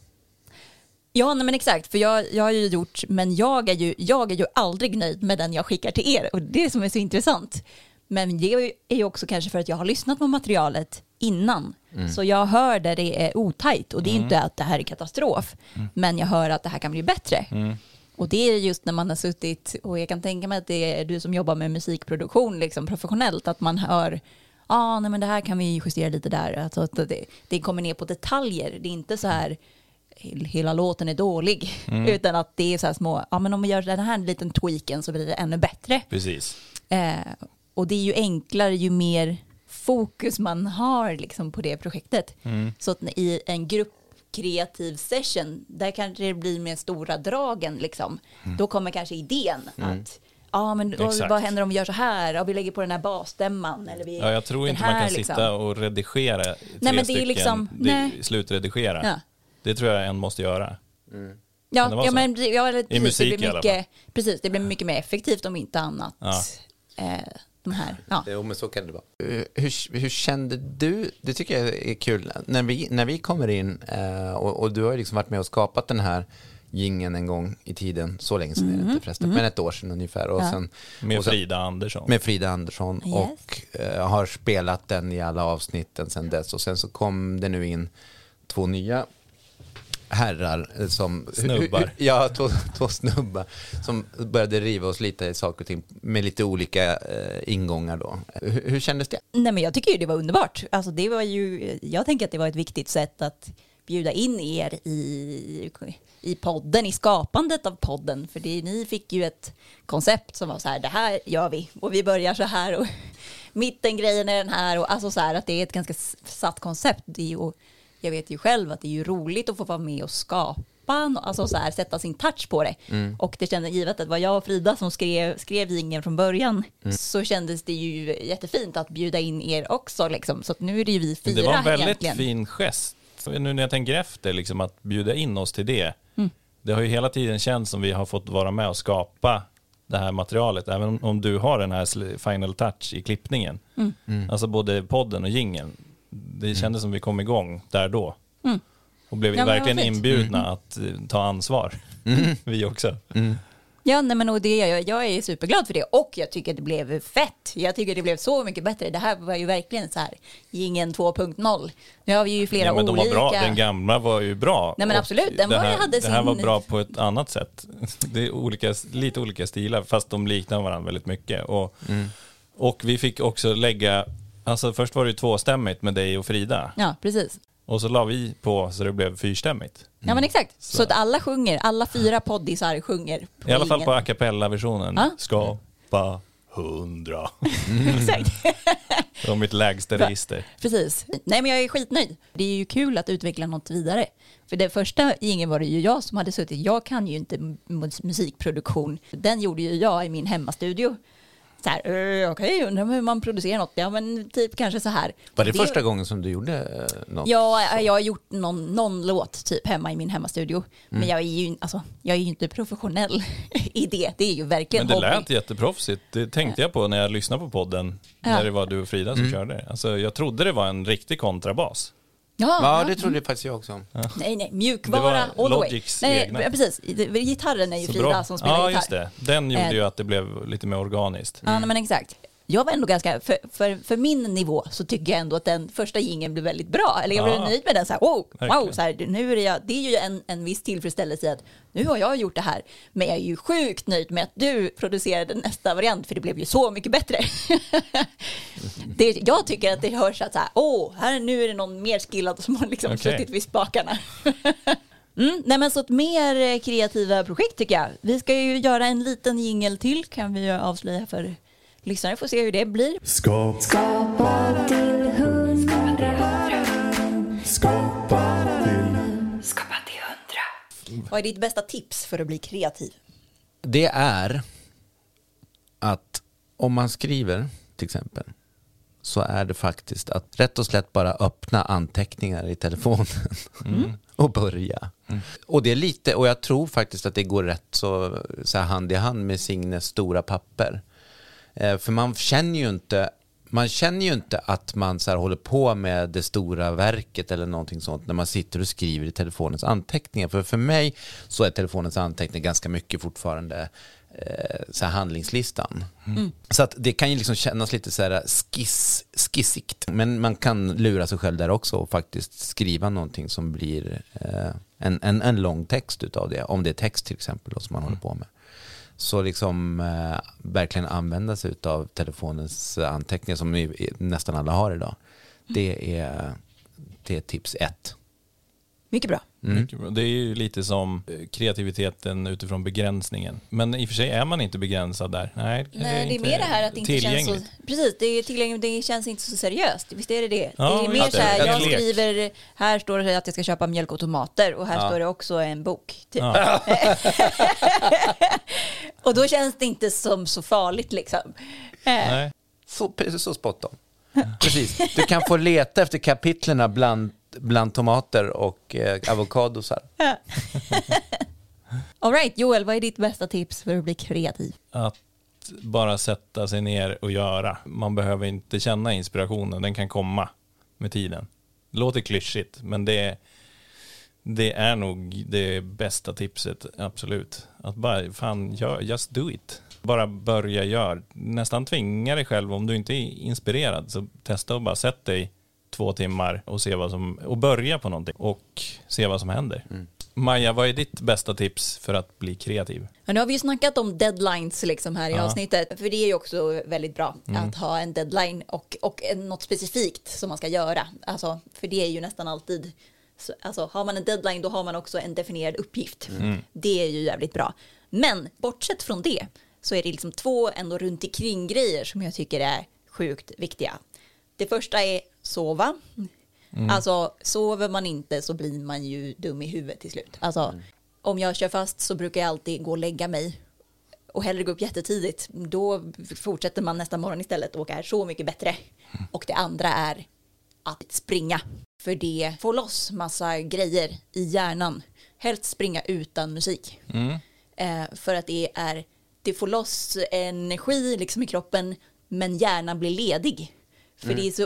Ja, nej, men exakt. För jag, jag har ju gjort, men jag är, ju, jag är ju aldrig nöjd med den jag skickar till er. Och det är som är så intressant. Men det är ju också kanske för att jag har lyssnat på materialet innan. Mm. Så jag hör där det är otajt. Och det är mm. inte att det här är katastrof. Mm. Men jag hör att det här kan bli bättre. Mm. Och det är just när man har suttit, och jag kan tänka mig att det är du som jobbar med musikproduktion liksom professionellt, att man hör, ja ah, nej men det här kan vi justera lite där. Alltså att det, det kommer ner på detaljer. Det är inte så här hela låten är dålig, mm. utan att det är så här små, ja ah, men om vi gör den här liten tweaken så blir det ännu bättre. Precis. Eh, och det är ju enklare ju mer fokus man har liksom på det projektet. Mm. Så att i en grupp kreativ session, där kanske det blir med stora dragen liksom. Mm. Då kommer kanske idén mm. att ja, men då, vad händer om vi gör så här? Ja, vi lägger på den här basstämman eller vi, ja, jag tror inte här, man kan liksom. sitta och redigera tre nej, men det stycken, är liksom, det, slutredigera. Ja. Det tror jag en måste göra. Mm. Ja, ja, men ja, precis, i musik det blir mycket, precis, det blir mycket mer effektivt om inte annat. Ja. Eh, de här. Ja. Jo, men så kan det vara. Hur, hur kände du, det tycker jag är kul, när vi, när vi kommer in eh, och, och du har liksom varit med och skapat den här gingen en gång i tiden, så länge sedan mm. är det inte förresten, mm. men ett år sedan ungefär. Och ja. sen, med och sen, Frida Andersson. Med Frida Andersson yes. och eh, har spelat den i alla avsnitten sedan dess. Och sen så kom det nu in två nya herrar som snubbar. Hu, hu, ja, två, två snubbar som började riva oss lite i saker och ting med lite olika eh, ingångar då. Hur, hur kändes det? Nej, men jag tycker ju det var underbart. Alltså det var ju, jag tänker att det var ett viktigt sätt att bjuda in er i, i podden, i skapandet av podden. För det, ni fick ju ett koncept som var så här, det här gör vi och vi börjar så här och mittengrejen är den här och alltså så här att det är ett ganska satt koncept. Det är ju, jag vet ju själv att det är ju roligt att få vara med och skapa, alltså så här, sätta sin touch på det. Mm. Och det kändes givet att var jag och Frida som skrev, skrev ingen från början, mm. så kändes det ju jättefint att bjuda in er också. Liksom. Så att nu är det ju vi fyra. Det var en väldigt egentligen. fin gest. Nu när jag tänker efter, liksom, att bjuda in oss till det. Mm. Det har ju hela tiden känts som vi har fått vara med och skapa det här materialet. Även om du har den här final touch i klippningen. Mm. Mm. Alltså både podden och jingeln. Det kändes mm. som vi kom igång där då. Mm. Och blev ja, verkligen inbjudna mm. att ta ansvar. Mm. Vi också. Mm. Ja, nej, men och det, jag, jag är superglad för det. Och jag tycker det blev fett. Jag tycker det blev så mycket bättre. Det här var ju verkligen så här jingeln två punkt noll. Nu har vi ju flera ja, men olika. De var bra. Den gamla var ju bra. Nej, men absolut. Den det, var, här, hade det sin... här var bra på ett annat sätt. Det är olika, lite olika stilar, fast de liknar varandra väldigt mycket. Och, mm. och vi fick också lägga... Alltså först var det ju tvåstämmigt med dig och Frida. Ja, precis. Och så la vi på så det blev fyrstämmigt. Mm. Ja, men exakt. Så. så att alla sjunger, alla fyra poddisar sjunger. På I alla fall på a cappella-versionen. Ja? Skapa hundra. Mm. Exakt. Det var mitt lägsta register. Precis. Nej, men jag är skitnöjd. Det är ju kul att utveckla något vidare. För det första ingen var det ju jag som hade suttit. Jag kan ju inte musikproduktion. Den gjorde ju jag i min hemmastudio. Så här, uh, okej, okay, undrar hur man producerar något. Ja, men typ kanske så här. Var det, det första gången som du gjorde uh, något? Ja, jag har gjort någon, någon låt typ hemma i min hemmastudio. Mm. Men jag är ju alltså, jag är ju inte professionell i det. Det är ju verkligen Men det hobby. lät jätteproffsigt. Det tänkte jag på när jag lyssnade på podden. Ja. När det var du och Frida som mm. körde. Alltså, jag trodde det var en riktig kontrabas. Ja, ja, det trodde jag faktiskt jag också. Ja. Nej, nej, mjukvara all the way. Nej, nej, precis. Gitarren är ju så Frida bra. Som spelar ja, gitarr. Ja, just det. Den gjorde äh, ju att det blev lite mer organiskt. Ja, mm. men exakt. Jag var ändå ganska, för, för, för min nivå så tycker jag ändå att den första jingeln blev väldigt bra. Eller jag blev ja. nöjd med den. Så här, wow, wow, så här, nu är det, jag, det är ju en, en viss tillfredsställelse i att nu har jag gjort det här. Men jag är ju sjukt nöjd med att du producerade nästa variant, för det blev ju så mycket bättre. det, jag tycker att det hörs att så här, åh, här nu är det någon mer skillad som har liksom okay. suttit vid spakarna. Mm, nej, men så ett mer kreativa projekt tycker jag. Vi ska ju göra en liten jingle till, kan vi ju avslöja för Lyssnare får se hur det blir. Skapa, skapa till hundra. Skapa till. Skapa till hundra. Vad är ditt bästa tips för att bli kreativ? Det är att om man skriver till exempel så är det faktiskt att rätt och slätt bara öppna anteckningar i telefonen mm. och börja. Mm. Och det är lite, och jag tror faktiskt att det går rätt så, så här hand i hand med Signes stora papper. Eh, för man känner ju inte man känner ju inte att man så här håller på med det stora verket eller någonting sånt när man sitter och skriver i telefonens anteckningar. För för mig så är telefonens anteckningar ganska mycket fortfarande eh, så här handlingslistan. Mm. Så att det kan ju liksom kännas lite så här skiss, skissigt. Men man kan lura sig själv där också och faktiskt skriva någonting som blir eh, en, en, en lång text utav det. Om det är text till exempel då, som man mm. håller på med. Så liksom eh, verkligen använda sig av telefonens anteckningar som vi, nästan alla har idag. Det är, det är tips ett. Mycket bra. Mm. Mycket bra. Det är ju lite som kreativiteten utifrån begränsningen. Men i och för sig är man inte begränsad där. Nej, Nej det är, det är mer det här att det inte känns så... Precis, det är tillgängligt, det känns inte så seriöst. Visst är det det? Ja, det är mer så här, jag lek. skriver, här står det att jag ska köpa mjölk och tomater och här ja. står det också en bok. Typ. Ja. Och då känns det inte som så farligt liksom. Nej. Så, så spot on. Precis. Du kan få leta efter kapitlerna bland bland tomater och eh, avokadosar. All right, Joel, vad är ditt bästa tips för att bli kreativ? Att bara sätta sig ner och göra. Man behöver inte känna inspirationen, den kan komma med tiden. Det låter klyschigt, men det, det är nog det bästa tipset, absolut. Att bara, fan, gör, just do it. Bara börja gör. Nästan tvinga dig själv, om du inte är inspirerad, så testa och bara sätt dig två timmar och se vad som och börja på någonting och se vad som händer. Mm. Maja, vad är ditt bästa tips för att bli kreativ? Ja, nu har vi ju snackat om deadlines liksom här i ja. avsnittet, för det är ju också väldigt bra mm. att ha en deadline och, och något specifikt som man ska göra. Alltså, för det är ju nästan alltid, alltså har man en deadline då har man också en definierad uppgift. Mm. Det är ju jävligt bra. Men bortsett från det så är det liksom två ändå runt omkring grejer som jag tycker är sjukt viktiga. Det första är sova. Mm. Alltså sover man inte så blir man ju dum i huvudet till slut. Alltså mm. om jag kör fast så brukar jag alltid gå och lägga mig och hellre gå upp jättetidigt. Då fortsätter man nästa morgon istället och är så mycket bättre. Mm. Och det andra är att springa. För det får loss massa grejer i hjärnan. Helst springa utan musik. Mm. Eh, för att det är det får loss energi liksom i kroppen, men hjärnan blir ledig. För mm. det är så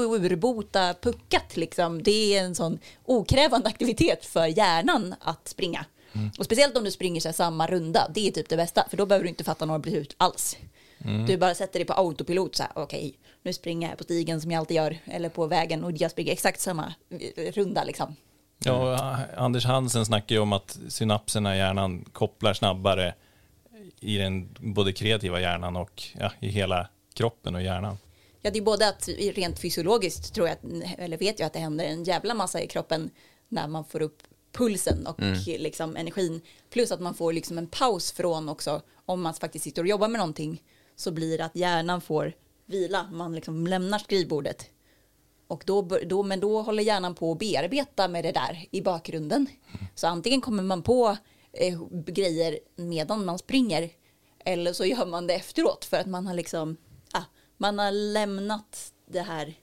urbota puckat liksom. Det är en sån okrävande aktivitet för hjärnan att springa. Mm. Och speciellt om du springer så här samma runda. Det är typ det bästa. För då behöver du inte fatta några beslut alls. Mm. Du bara sätter dig på autopilot så här. Okej, okay, nu springer jag på stigen som jag alltid gör. Eller på vägen och jag springer exakt samma runda liksom. Ja, Anders Hansen snackar ju om att synapserna i hjärnan kopplar snabbare i den både kreativa hjärnan och ja, i hela kroppen och hjärnan. Ja, det är både att rent fysiologiskt tror jag, eller vet jag att det händer en jävla massa i kroppen när man får upp pulsen och mm. liksom energin. Plus att man får liksom en paus från också, om man faktiskt sitter och jobbar med någonting, så blir det att hjärnan får vila. Man liksom lämnar skrivbordet. Och då, då, men då håller hjärnan på att bearbeta med det där i bakgrunden. Mm. Så antingen kommer man på eh, grejer medan man springer, eller så gör man det efteråt för att man har liksom man har lämnat det här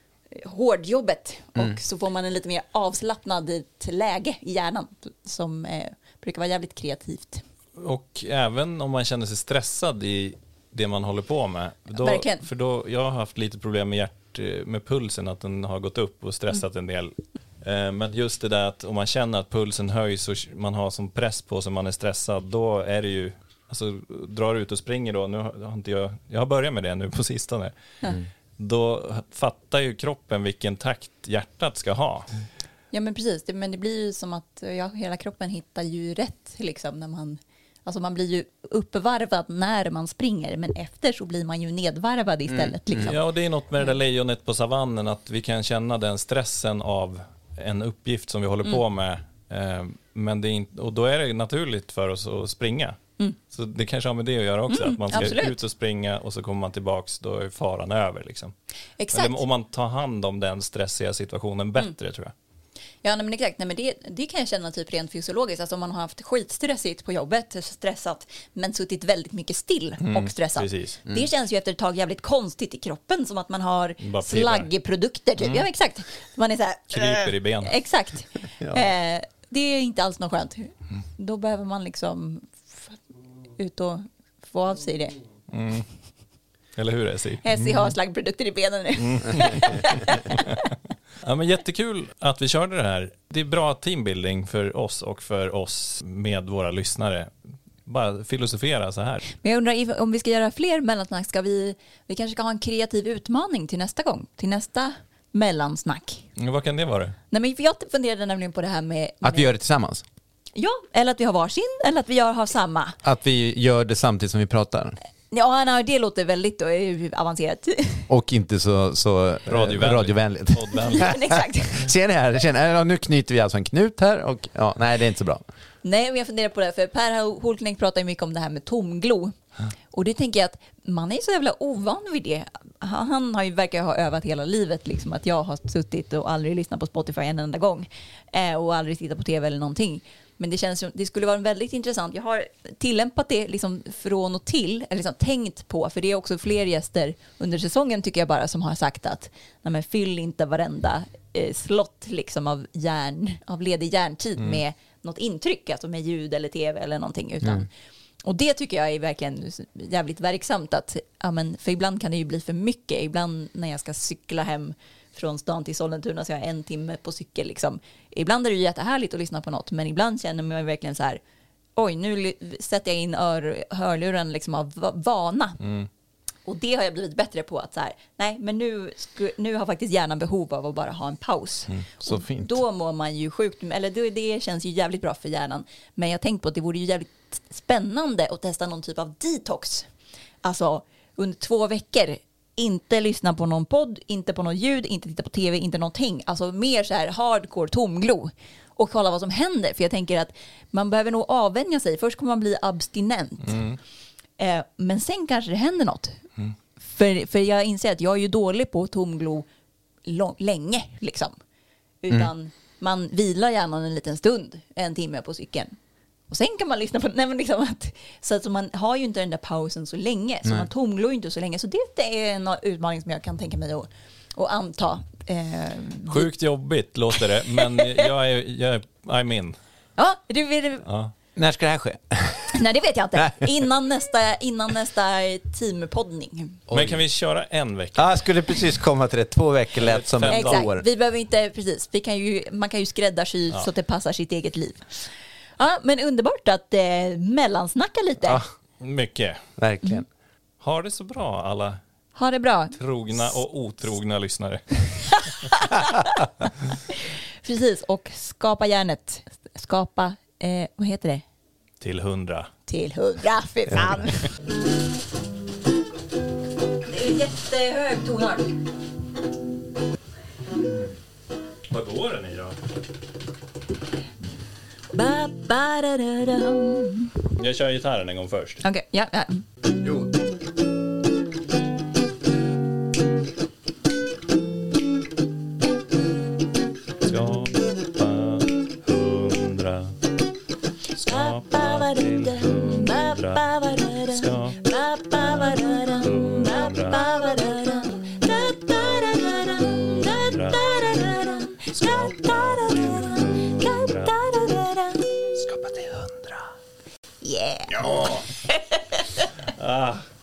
hårdjobbet mm. och så får man en lite mer avslappnad läge i hjärnan som eh, brukar vara jävligt kreativt. Och även om man känner sig stressad i det man håller på med. Då, Verkligen. För då, jag har haft lite problem med, hjärt, med pulsen, att den har gått upp och stressat mm. en del. Eh, men just det där att om man känner att pulsen höjs och man har som press på sig, man är stressad, då är det ju alltså drar ut och springer då, nu har inte jag, jag har börjat med det nu på sistone. Mm. Då fattar ju kroppen vilken takt hjärtat ska ha. Ja men precis, det, men det blir ju som att ja, hela kroppen hittar ju rätt liksom när man, alltså man blir ju uppvarvad när man springer, men efter så blir man ju nedvarvad istället. Mm. Liksom. Ja, och det är något med det där lejonet på savannen, att vi kan känna den stressen av en uppgift som vi håller mm. på med. Men det är inte, och då är det naturligt för oss att springa. Mm. Så det kanske har med det att göra också, Mm, att man ska absolut. ut och springa och så kommer man tillbaks, då är faran över liksom. Exakt. Eller om man tar hand om den stressiga situationen bättre, tror jag. Ja, nej, men exakt. Nej, men det, det kan jag känna typ rent fysiologiskt. Alltså om man har haft skitstressigt på jobbet, stressat, men suttit väldigt mycket still och stressat. precis. Det känns ju efter ett tag jävligt konstigt i kroppen, som att man har Bara pirrar. slaggprodukter. Typ. Ja, exakt. Man är så här... Kryper i benen. Exakt. eh, det är inte alls något skönt. Då behöver man liksom f- ut och få av sig det. Eller hur, Essie? Essie har slaggprodukter i benen nu. Ja, men jättekul att vi körde det här. Det är bra teambuilding för oss och för oss med våra lyssnare. Bara filosofera så här. Men jag undrar if- om vi ska göra fler mellansnack, ska vi, vi kanske ska ha en kreativ utmaning till nästa gång, till nästa mellansnack. Vad kan det vara? Nej, men jag funderade nämligen på det här med... Att vi gör det tillsammans. Ja, eller att vi har varsin, eller att vi gör, har samma. Att vi gör det samtidigt som vi pratar. Ja, nej, det låter väldigt då, avancerat. Och inte så, så eh, Radiovänligt. radiovänligt. Poddvänligt. Men exakt. Ser ni här? Ser ni? Ja, nu knyter vi alltså en knut här och ja, nej, det är inte så bra. Nej, men jag funderar på det här, för Per Holknekt pratar ju mycket om det här med tomglo. Och det tänker jag att man är så jävla ovan vid det. Han, han har ju, verkar ha övat hela livet, liksom, att jag har suttit och aldrig lyssnat på Spotify en enda gång. Eh, och aldrig tittat på tv eller någonting. Men det känns som, det skulle vara väldigt intressant. Jag har tillämpat det liksom från och till, eller liksom tänkt på, för det är också fler gäster under säsongen tycker jag bara som har sagt att nej, men fyll inte varenda eh, slott liksom av, hjärn, av ledig hjärntid mm. med något intryck, alltså med ljud eller tv eller någonting, utan mm. och det tycker jag är verkligen jävligt verksamt att, ja, men, för ibland kan det ju bli för mycket. Ibland när jag ska cykla hem från stan till Sollentuna så jag har en timme på cykel liksom. Ibland är det ju jättehärligt att lyssna på något, men ibland känner man verkligen så här, oj, nu sätter jag in ör, hörluren liksom av vana. Mm. Och det har jag blivit bättre på, att så här, nej, men nu, sku, nu har faktiskt hjärnan behov av att bara ha en paus. Mm, så fint. Då mår man ju sjukt, eller det, det känns ju jävligt bra för hjärnan. Men jag tänkte på att det vore ju jävligt spännande att testa någon typ av detox. Alltså under två veckor, inte lyssna på någon podd, inte på något ljud, inte titta på tv, inte någonting. Alltså mer så här hardcore tomglo. Och kolla vad som händer. För jag tänker att man behöver nog avvänja sig. Först kommer man bli abstinent. Mm. Eh, men sen kanske det händer något. Mm. För, för jag inser att jag är ju dålig på tomglo lång, länge. Liksom. Utan mm. man vilar gärna en liten stund. En timme på cykeln. Och sen kan man lyssna på... Nej, men liksom att, så att man har ju inte den där pausen så länge. Så nej. Man tomglor inte så länge. Så det är en utmaning som jag kan tänka mig att, att anta. Eh, Sjukt jobbigt låter det. Men jag är, jag är I'm in. Ja, du vill... Ja. När ska det här ske? Nej, det vet jag inte. Innan nästa, innan nästa teampoddning. Men kan vi köra en vecka? Ja, jag skulle precis komma till det. Två veckor lät som ett Exakt. år. Vi behöver inte, precis. Vi kan ju, man kan ju skräddarsy ja. Så att det passar sitt eget liv. Ja, men underbart att eh, mellansnacka lite. Ja, mycket. Verkligen. Mm. Ha det så bra, alla ha det bra. Trogna och otrogna lyssnare. Precis, och skapa hjärnet. Skapa, eh, vad heter det? Till hundra. Till hundra, för fan. Det är jättehög tonart. Vad går den i då? Ba, ba, da, da, da. Jag kör gitarren en gång först. Okej, okay, ja, ja. Jo. Skapa till hundra. Skapa Yeah. Ja. Ah.